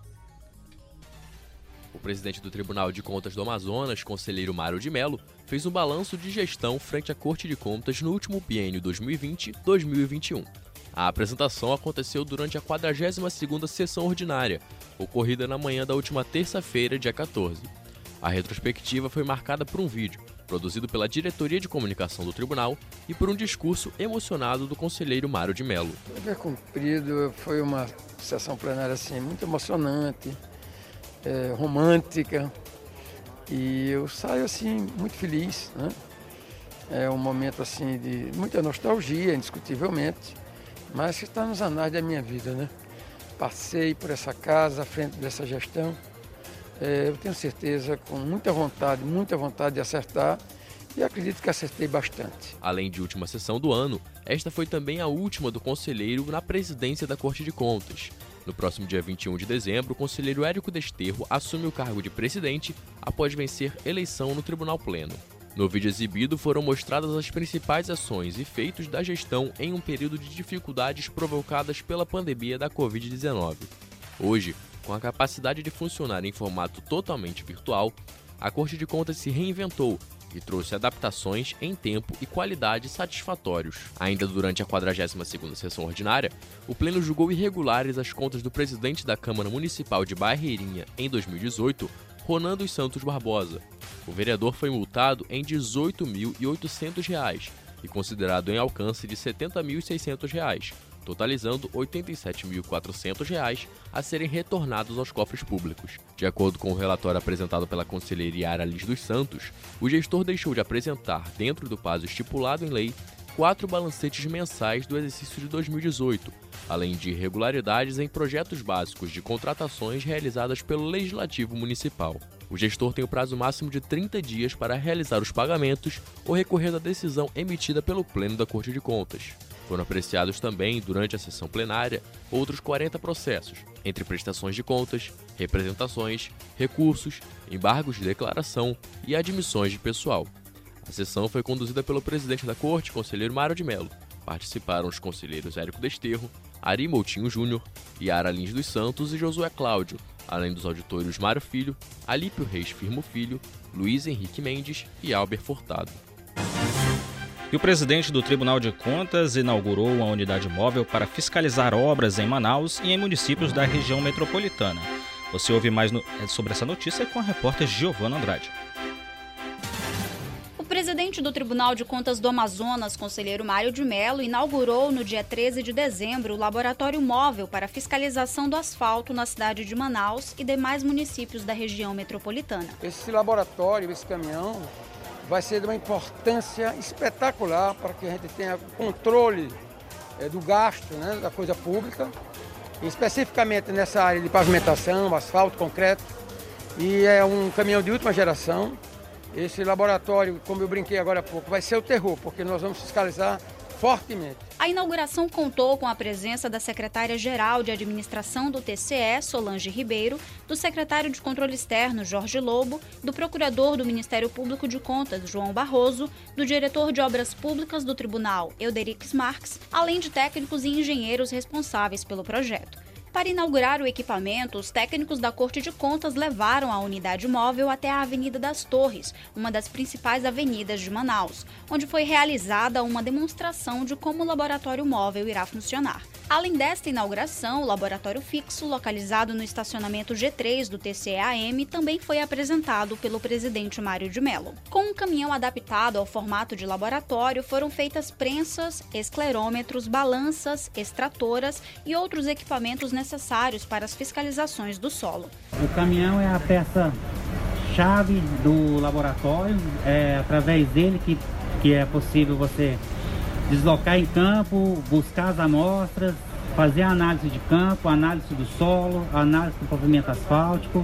O presidente do Tribunal de Contas do Amazonas, conselheiro Mário de Mello, fez um balanço de gestão frente à Corte de Contas no último biênio dois mil e vinte a dois mil e vinte e um. A apresentação aconteceu durante a quadragésima segunda sessão ordinária, ocorrida na manhã da última terça-feira, dia quatorze. A retrospectiva foi marcada por um vídeo, produzido pela Diretoria de Comunicação do Tribunal, e por um discurso emocionado do conselheiro Mário de Mello. O dever cumprido foi uma sessão plenária assim, muito emocionante, é, romântica, e eu saio assim muito feliz, né? É um momento assim de muita nostalgia, indiscutivelmente, mas que está nos anais da minha vida, né? Passei por essa casa, à frente dessa gestão, é, eu tenho certeza, com muita vontade, muita vontade de acertar, e acredito que acertei bastante. Além de última sessão do ano, esta foi também a última do conselheiro na presidência da Corte de Contas. No próximo dia vinte e um de dezembro, o conselheiro Érico Desterro assume o cargo de presidente após vencer eleição no Tribunal Pleno. No vídeo exibido foram mostradas as principais ações e feitos da gestão em um período de dificuldades provocadas pela pandemia da covid dezenove. Hoje, com a capacidade de funcionar em formato totalmente virtual, a Corte de Contas se reinventou e trouxe adaptações em tempo e qualidade satisfatórios. Ainda durante a quadragésima segunda sessão ordinária, o Pleno julgou irregulares as contas do presidente da Câmara Municipal de Barreirinha em dois mil e dezoito, Ronan dos Santos Barbosa. O vereador foi multado em dezoito mil e oitocentos reais e considerado em alcance de setenta mil e seiscentos reais, totalizando oitenta e sete mil e quatrocentos reais a serem retornados aos cofres públicos. De acordo com o relatório apresentado pela conselheira Yara Lins dos Santos, o gestor deixou de apresentar, dentro do prazo estipulado em lei, quatro balancetes mensais do exercício de dois mil e dezoito, além de irregularidades em projetos básicos de contratações realizadas pelo Legislativo Municipal. O gestor tem o prazo máximo de trinta dias para realizar os pagamentos ou recorrer da decisão emitida pelo Pleno da Corte de Contas. Foram apreciados também, durante a sessão plenária, outros quarenta processos, entre prestações de contas, representações, recursos, embargos de declaração e admissões de pessoal. A sessão foi conduzida pelo presidente da Corte, conselheiro Mário de Mello. Participaram os conselheiros Érico Desterro, Ari Moutinho Júnior, Yara Lins dos Santos e Josué Cláudio, além dos auditores Mário Filho, Alípio Reis Firmo Filho, Luiz Henrique Mendes e Albert Furtado. E o presidente do Tribunal de Contas inaugurou uma unidade móvel para fiscalizar obras em Manaus e em municípios da região metropolitana. Você ouve mais no... sobre essa notícia com a repórter Giovana Andrade. presidente do Tribunal de Contas do Amazonas, conselheiro Mário de Mello, inaugurou no dia treze de dezembro o laboratório móvel para fiscalização do asfalto na cidade de Manaus e demais municípios da região metropolitana. Esse laboratório, esse caminhão, vai ser de uma importância espetacular para que a gente tenha controle é, do gasto, né, da coisa pública, especificamente nessa área de pavimentação, asfalto, concreto, e é um caminhão de última geração. Esse laboratório, como eu brinquei agora há pouco, vai ser o terror, porque nós vamos fiscalizar fortemente. A inauguração contou com a presença da secretária-geral de administração do T C E, Solange Ribeiro, do secretário de Controle Externo, Jorge Lobo, do procurador do Ministério Público de Contas, João Barroso, do diretor de Obras Públicas do Tribunal, Euderix Marques, além de técnicos e engenheiros responsáveis pelo projeto. Para inaugurar o equipamento, os técnicos da Corte de Contas levaram a unidade móvel até a Avenida das Torres, uma das principais avenidas de Manaus, onde foi realizada uma demonstração de como o laboratório móvel irá funcionar. Além desta inauguração, o laboratório fixo, localizado no estacionamento G três do T C E A M, também foi apresentado pelo presidente Mário de Mello. Com um caminhão adaptado ao formato de laboratório, foram feitas prensas, esclerômetros, balanças, extratoras e outros equipamentos necessários para as fiscalizações do solo. O caminhão é a peça-chave do laboratório, é através dele que, que é possível você deslocar em campo, buscar as amostras, fazer a análise de campo, análise do solo, análise do pavimento asfáltico.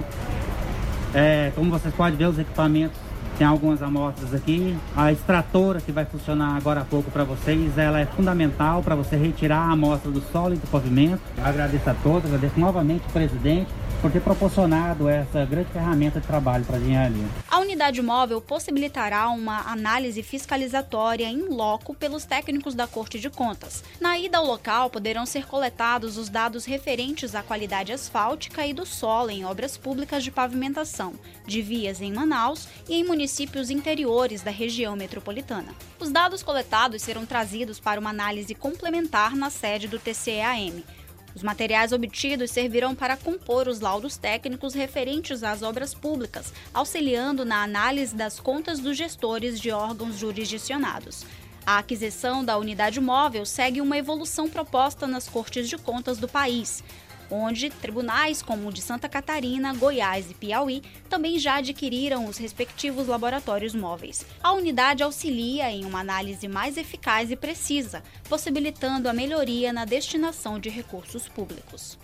É, como vocês podem ver, os equipamentos, tem algumas amostras aqui. A extratora, que vai funcionar agora há pouco para vocês, ela é fundamental para você retirar a amostra do solo e do pavimento. Agradeço a todos, agradeço novamente o presidente por ter proporcionado essa grande ferramenta de trabalho para a engenharia. A unidade móvel possibilitará uma análise fiscalizatória in loco pelos técnicos da Corte de Contas. Na ida ao local, poderão ser coletados os dados referentes à qualidade asfáltica e do solo em obras públicas de pavimentação, de vias em Manaus e em municípios interiores da região metropolitana. Os dados coletados serão trazidos para uma análise complementar na sede do T C E A M. Os materiais obtidos servirão para compor os laudos técnicos referentes às obras públicas, auxiliando na análise das contas dos gestores de órgãos jurisdicionados. A aquisição da unidade móvel segue uma evolução proposta nas Cortes de Contas do país, onde tribunais como o de Santa Catarina, Goiás e Piauí também já adquiriram os respectivos laboratórios móveis. A unidade auxilia em uma análise mais eficaz e precisa, possibilitando a melhoria na destinação de recursos públicos.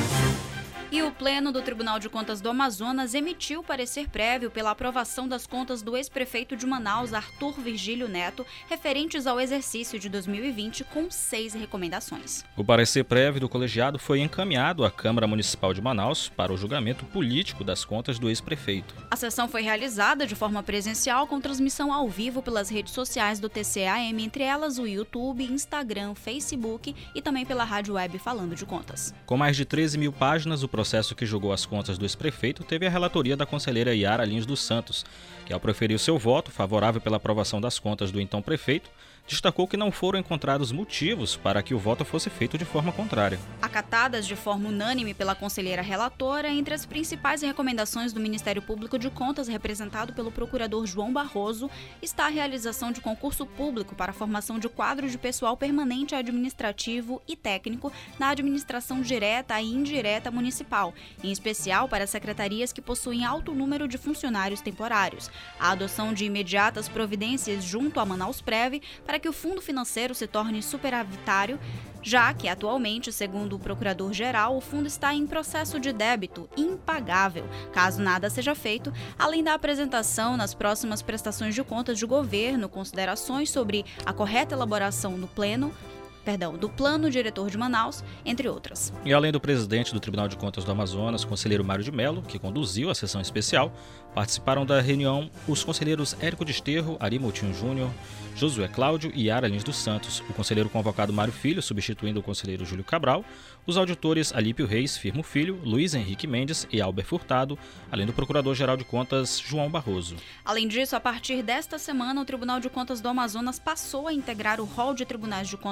E o Pleno do Tribunal de Contas do Amazonas emitiu parecer prévio pela aprovação das contas do ex-prefeito de Manaus, Arthur Virgílio Neto, referentes ao exercício de dois mil e vinte, com seis recomendações. O parecer prévio do colegiado foi encaminhado à Câmara Municipal de Manaus para o julgamento político das contas do ex-prefeito. A sessão foi realizada de forma presencial com transmissão ao vivo pelas redes sociais do T C E A M, entre elas o YouTube, Instagram, Facebook e também pela rádio web Falando de Contas. Com mais de treze mil páginas, o processo que julgou as contas do ex-prefeito teve a relatoria da conselheira Yara Lins dos Santos, que ao proferir seu voto favorável pela aprovação das contas do então prefeito, destacou que não foram encontrados motivos para que o voto fosse feito de forma contrária. Acatadas de forma unânime pela conselheira relatora, entre as principais recomendações do Ministério Público de Contas, representado pelo procurador João Barroso, está a realização de concurso público para a formação de quadro de pessoal permanente administrativo e técnico na administração direta e indireta municipal, em especial para secretarias que possuem alto número de funcionários temporários, a adoção de imediatas providências junto à Manausprev para que o fundo financeiro se torne superavitário, já que atualmente, segundo o procurador-geral, o fundo está em processo de débito impagável, caso nada seja feito, além da apresentação nas próximas prestações de contas de governo, considerações sobre a correta elaboração do pleno, Perdão, do Plano Diretor de Manaus, entre outras. E além do presidente do Tribunal de Contas do Amazonas, conselheiro Mário de Mello, que conduziu a sessão especial, participaram da reunião os conselheiros Érico Desterro, Ari Moutinho Júnior, Josué Cláudio e Yara Lins dos Santos, o conselheiro convocado Mário Filho, substituindo o conselheiro Júlio Cabral, os auditores Alípio Reis Firmo Filho, Luiz Henrique Mendes e Albert Furtado, além do Procurador-Geral de Contas João Barroso. Além disso, a partir desta semana, o Tribunal de Contas do Amazonas passou a integrar o rol de tribunais de contas do país,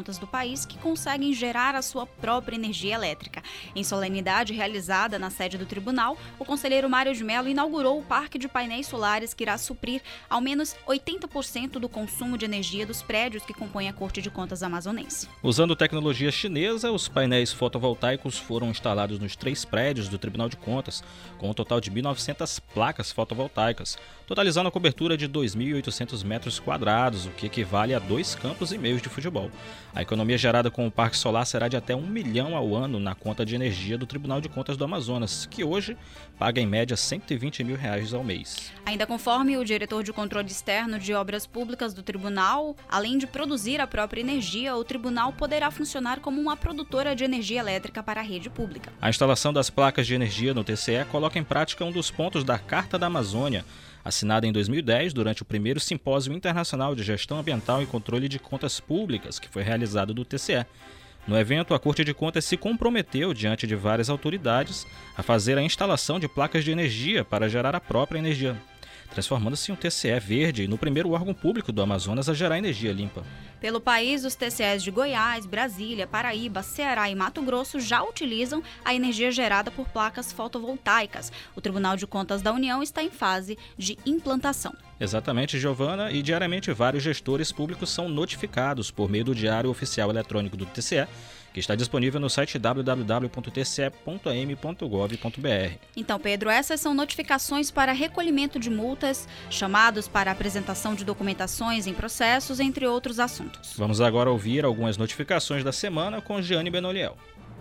país que conseguem gerar a sua própria energia elétrica. Em solenidade realizada na sede do tribunal, o conselheiro Mário de Mello inaugurou o parque de painéis solares que irá suprir ao menos oitenta por cento do consumo de energia dos prédios que compõem a Corte de Contas amazonense. Usando tecnologia chinesa, os painéis fotovoltaicos foram instalados nos três prédios do Tribunal de Contas, com um total de mil e novecentas placas fotovoltaicas, totalizando a cobertura de dois mil e oitocentos metros quadrados, o que equivale a dois campos e meios de futebol. A economia gerada com o parque solar será de até um milhão ao ano na conta de energia do Tribunal de Contas do Amazonas, que hoje paga em média cento e vinte mil reais ao mês. Ainda conforme o diretor de controle externo de obras públicas do tribunal, além de produzir a própria energia, o tribunal poderá funcionar como uma produtora de energia elétrica para a rede pública. A instalação das placas de energia no T C E coloca em prática um dos pontos da Carta da Amazônia, assinada em dois mil e dez durante o primeiro Simpósio Internacional de Gestão Ambiental e Controle de Contas Públicas, que foi realizado do T C E. No evento, a Corte de Contas se comprometeu, diante de várias autoridades, a fazer a instalação de placas de energia para gerar a própria energia, transformando-se em um T C E verde e no primeiro órgão público do Amazonas a gerar energia limpa. Pelo país, os T C Es de Goiás, Brasília, Paraíba, Ceará e Mato Grosso já utilizam a energia gerada por placas fotovoltaicas. O Tribunal de Contas da União está em fase de implantação. Exatamente, Giovana, e diariamente vários gestores públicos são notificados por meio do Diário Oficial Eletrônico do T C E, que está disponível no site w w w ponto t c e ponto a m ponto gov ponto b r. Então, Pedro, essas são notificações para recolhimento de multas, chamados para apresentação de documentações em processos, entre outros assuntos. Vamos agora ouvir algumas notificações da semana com Giane Benoliel.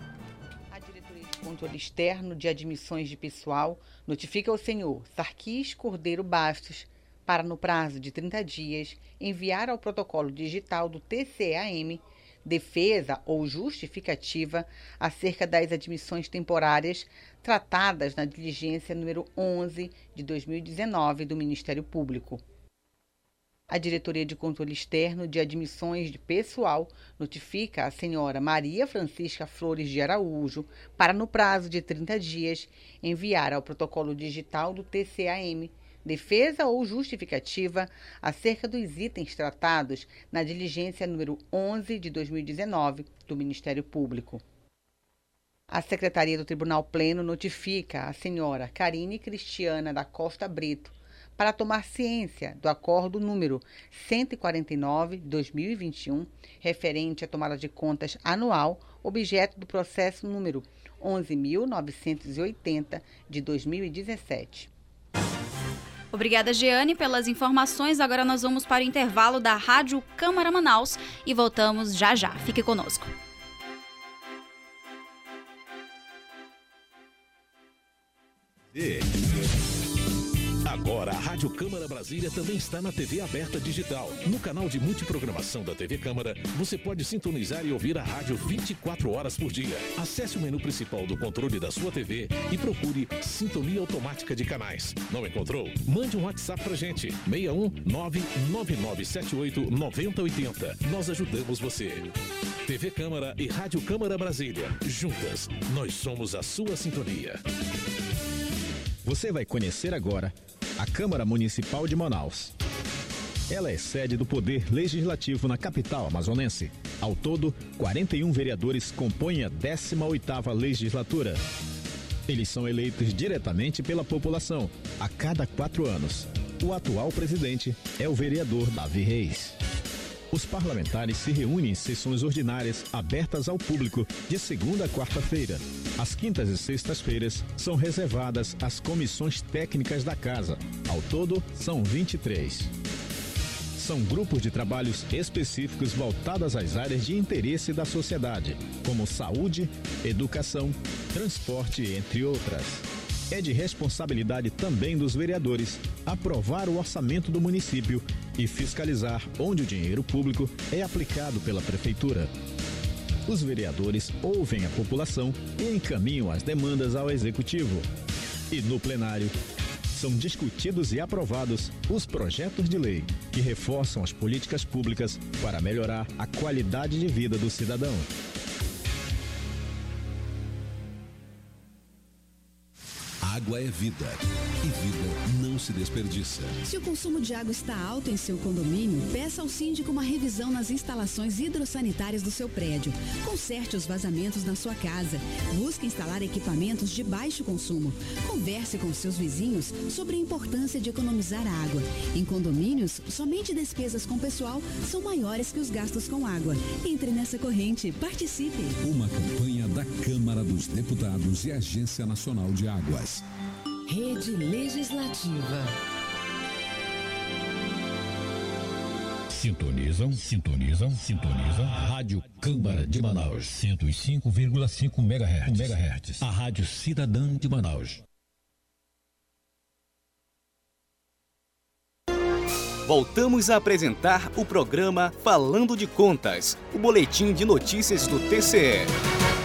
A Diretoria de Controle Externo de Admissões de Pessoal notifica ao senhor Sarquis Cordeiro Bastos para, no prazo de trinta dias, enviar ao protocolo digital do T C E A M defesa ou justificativa acerca das admissões temporárias tratadas na diligência número onze de dois mil e dezenove do Ministério Público. A Diretoria de Controle Externo de Admissões de Pessoal notifica a senhora Maria Francisca Flores de Araújo para, no prazo de trinta dias, enviar ao protocolo digital do T C E A M defesa ou justificativa acerca dos itens tratados na diligência número onze de dois mil e dezenove do Ministério Público. A Secretaria do Tribunal Pleno notifica a senhora Karine Cristiana da Costa Brito para tomar ciência do acordo número cento e quarenta e nove de dois mil e vinte e um, referente à tomada de contas anual, objeto do processo número onze mil novecentos e oitenta de dois mil e dezessete. Obrigada, Jeane, pelas informações. Agora nós vamos para o intervalo da Rádio Câmara Manaus e voltamos já já. Fique conosco. E... Agora, a Rádio Câmara Brasília também está na T V aberta digital. No canal de multiprogramação da T V Câmara, você pode sintonizar e ouvir a rádio vinte e quatro horas por dia. Acesse o menu principal do controle da sua T V e procure Sintonia Automática de Canais. Não encontrou? Mande um WhatsApp pra gente. seis um nove nove nove sete oito nove zero oito zero. Nós ajudamos você. T V Câmara e Rádio Câmara Brasília. Juntas, nós somos a sua sintonia. Você vai conhecer agora a Câmara Municipal de Manaus. Ela é sede do Poder Legislativo na capital amazonense. Ao todo, quarenta e um vereadores compõem a décima oitava legislatura. Eles são eleitos diretamente pela população, a cada quatro anos. O atual presidente é o vereador Davi Reis. Os parlamentares se reúnem em sessões ordinárias abertas ao público de segunda a quarta-feira. As quintas e sextas-feiras são reservadas às comissões técnicas da Casa. Ao todo, são vinte e três. São grupos de trabalhos específicos voltados às áreas de interesse da sociedade, como saúde, educação, transporte, entre outras. É de responsabilidade também dos vereadores aprovar o orçamento do município e fiscalizar onde o dinheiro público é aplicado pela prefeitura. Os vereadores ouvem a população e encaminham as demandas ao executivo. E no plenário, são discutidos e aprovados os projetos de lei que reforçam as políticas públicas para melhorar a qualidade de vida do cidadão. Água é vida. E vida não se desperdiça. Se o consumo de água está alto em seu condomínio, peça ao síndico uma revisão nas instalações hidrossanitárias do seu prédio. Conserte os vazamentos na sua casa. Busque instalar equipamentos de baixo consumo. Converse com seus vizinhos sobre a importância de economizar água. Em condomínios, somente despesas com pessoal são maiores que os gastos com água. Entre nessa corrente, participe. Uma campanha da Câmara dos Deputados e Agência Nacional de Águas. Rede Legislativa. Sintonizam, sintonizam, sintonizam. Rádio Câmara de Manaus, cento e cinco vírgula cinco megahertz. A Rádio Cidadã de Manaus. Voltamos a apresentar o programa Falando de Contas, o boletim de notícias do T C E.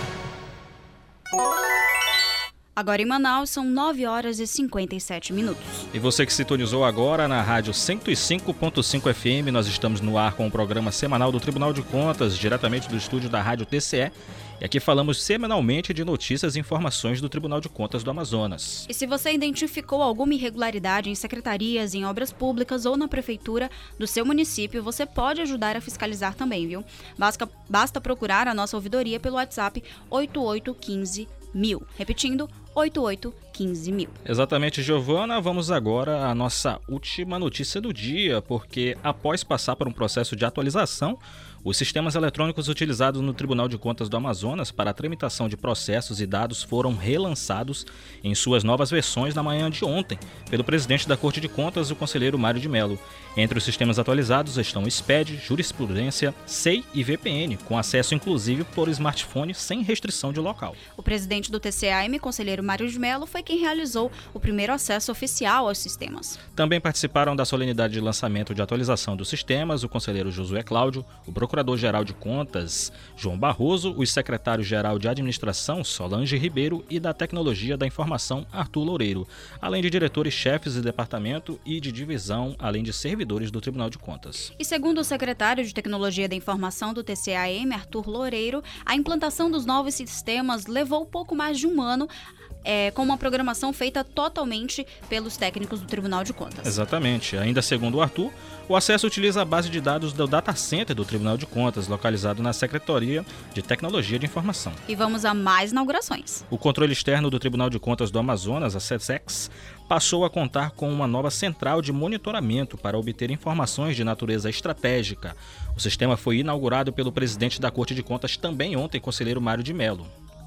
Agora em Manaus são nove horas e cinquenta e sete minutos. E você que sintonizou agora na rádio cento e cinco ponto cinco F M, nós estamos no ar com o programa semanal do Tribunal de Contas, diretamente do estúdio da Rádio T C E. E aqui falamos semanalmente de notícias e informações do Tribunal de Contas do Amazonas. E se você identificou alguma irregularidade em secretarias, em obras públicas ou na prefeitura do seu município, você pode ajudar a fiscalizar também, viu? Basta, basta procurar a nossa ouvidoria pelo WhatsApp oito oito um cinco mil. Repetindo, oito oito um cinco mil. Exatamente, Giovana. Vamos agora à nossa última notícia do dia, porque após passar por um processo de atualização, os sistemas eletrônicos utilizados no Tribunal de Contas do Amazonas para a tramitação de processos e dados foram relançados em suas novas versões na manhã de ontem, pelo presidente da Corte de Contas, o conselheiro Mário de Mello. Entre os sistemas atualizados estão o S P E D, Jurisprudência, S E I e V P N, com acesso inclusive por smartphone sem restrição de local. O presidente do T C A M, conselheiro Mário de Mello, foi quem realizou o primeiro acesso oficial aos sistemas. Também participaram da solenidade de lançamento de atualização dos sistemas o conselheiro Josué Cláudio, o procurador-geral de Contas, João Barroso, o secretário-geral de Administração, Solange Ribeiro, e da Tecnologia da Informação, Arthur Loureiro, além de diretores-chefes de departamento e de divisão, além de servidores do Tribunal de Contas. E segundo o secretário de Tecnologia da Informação do T C A M, Arthur Loureiro, a implantação dos novos sistemas levou pouco mais de um ano, É, com uma programação feita totalmente pelos técnicos do Tribunal de Contas. Exatamente. Ainda segundo o Arthur, o acesso utiliza a base de dados do Data Center do Tribunal de Contas, localizado na Secretaria de Tecnologia de Informação. E vamos a mais inaugurações. O controle externo do Tribunal de Contas do Amazonas, a SESEX, passou a contar com uma nova central de monitoramento para obter informações de natureza estratégica. O sistema foi inaugurado pelo presidente da Corte de Contas também ontem, conselheiro Mário de Mello.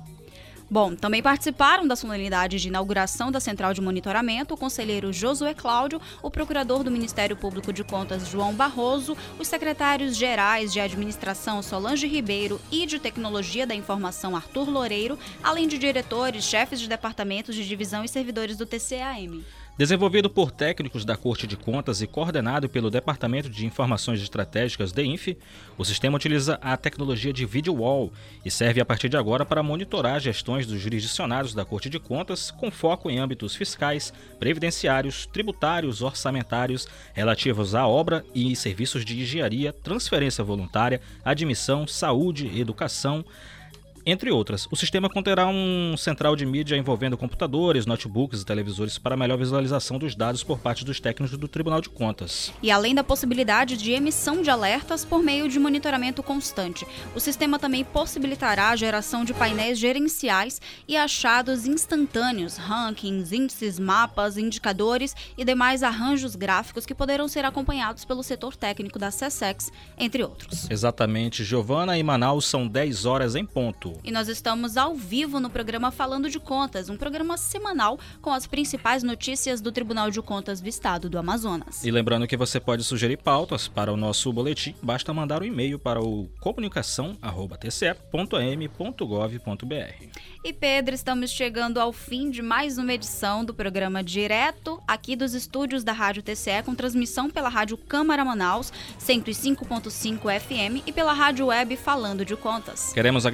Bom, também participaram da solenidade de inauguração da Central de Monitoramento o conselheiro Josué Cláudio, o procurador do Ministério Público de Contas João Barroso, os secretários gerais de Administração Solange Ribeiro e de Tecnologia da Informação Arthur Loureiro, além de diretores, chefes de departamentos de divisão e servidores do T C A M. Desenvolvido por técnicos da Corte de Contas e coordenado pelo Departamento de Informações Estratégicas, D I N F, o sistema utiliza a tecnologia de Video Wall e serve a partir de agora para monitorar gestões dos jurisdicionados da Corte de Contas com foco em âmbitos fiscais, previdenciários, tributários, orçamentários, relativos à obra e serviços de engenharia, transferência voluntária, admissão, saúde, educação, entre outras. O sistema conterá um central de mídia envolvendo computadores, notebooks e televisores para melhor visualização dos dados por parte dos técnicos do Tribunal de Contas. E além da possibilidade de emissão de alertas por meio de monitoramento constante, o sistema também possibilitará a geração de painéis gerenciais e achados instantâneos, rankings, índices, mapas, indicadores e demais arranjos gráficos que poderão ser acompanhados pelo setor técnico da SESEX, entre outros. Exatamente, Giovana. Em Manaus são dez horas em ponto. E nós estamos ao vivo no programa Falando de Contas, um programa semanal com as principais notícias do Tribunal de Contas do Estado do Amazonas. E lembrando que você pode sugerir pautas para o nosso boletim, basta mandar um e-mail para o comunicação arroba t c e ponto a m ponto gov ponto b r. E Pedro, estamos chegando ao fim de mais uma edição do programa direto aqui dos estúdios da Rádio T C E, com transmissão pela Rádio Câmara Manaus, cento e cinco ponto cinco F M, e pela Rádio Web Falando de Contas. Queremos agradecer ao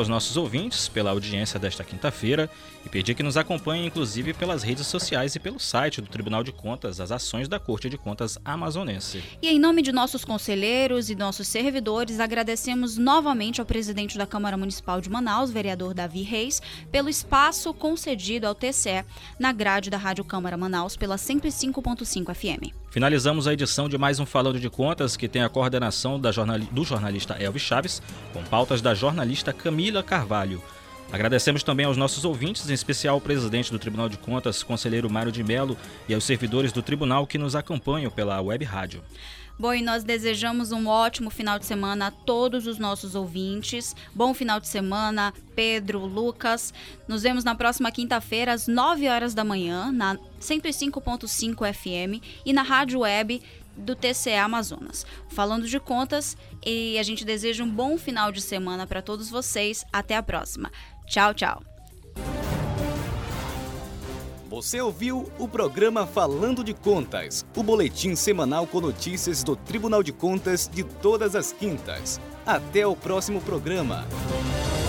aos nossos ouvintes pela audiência desta quinta-feira e pedir que nos acompanhem, inclusive, pelas redes sociais e pelo site do Tribunal de Contas, as ações da Corte de Contas Amazonense. E em nome de nossos conselheiros e nossos servidores, agradecemos novamente ao presidente da Câmara Municipal de Manaus, vereador Davi Reis, pelo espaço concedido ao T C E na grade da Rádio Câmara Manaus pela cento e cinco ponto cinco F M. Finalizamos a edição de mais um Falando de Contas, que tem a coordenação da jornali- do jornalista Elvis Chaves, com pautas da jornalista Camila Carvalho. Agradecemos também aos nossos ouvintes, em especial ao presidente do Tribunal de Contas, conselheiro Mário de Mello, e aos servidores do tribunal que nos acompanham pela web rádio. Bom, e nós desejamos um ótimo final de semana a todos os nossos ouvintes. Bom final de semana, Pedro, Lucas. Nos vemos na próxima quinta-feira, às nove horas da manhã, na cento e cinco ponto cinco F M e na rádio web do T C E Amazonas. Falando de contas, e a gente deseja um bom final de semana para todos vocês. Até a próxima. Tchau, tchau. Você ouviu o programa Falando de Contas, o boletim semanal com notícias do Tribunal de Contas de todas as quintas. Até o próximo programa.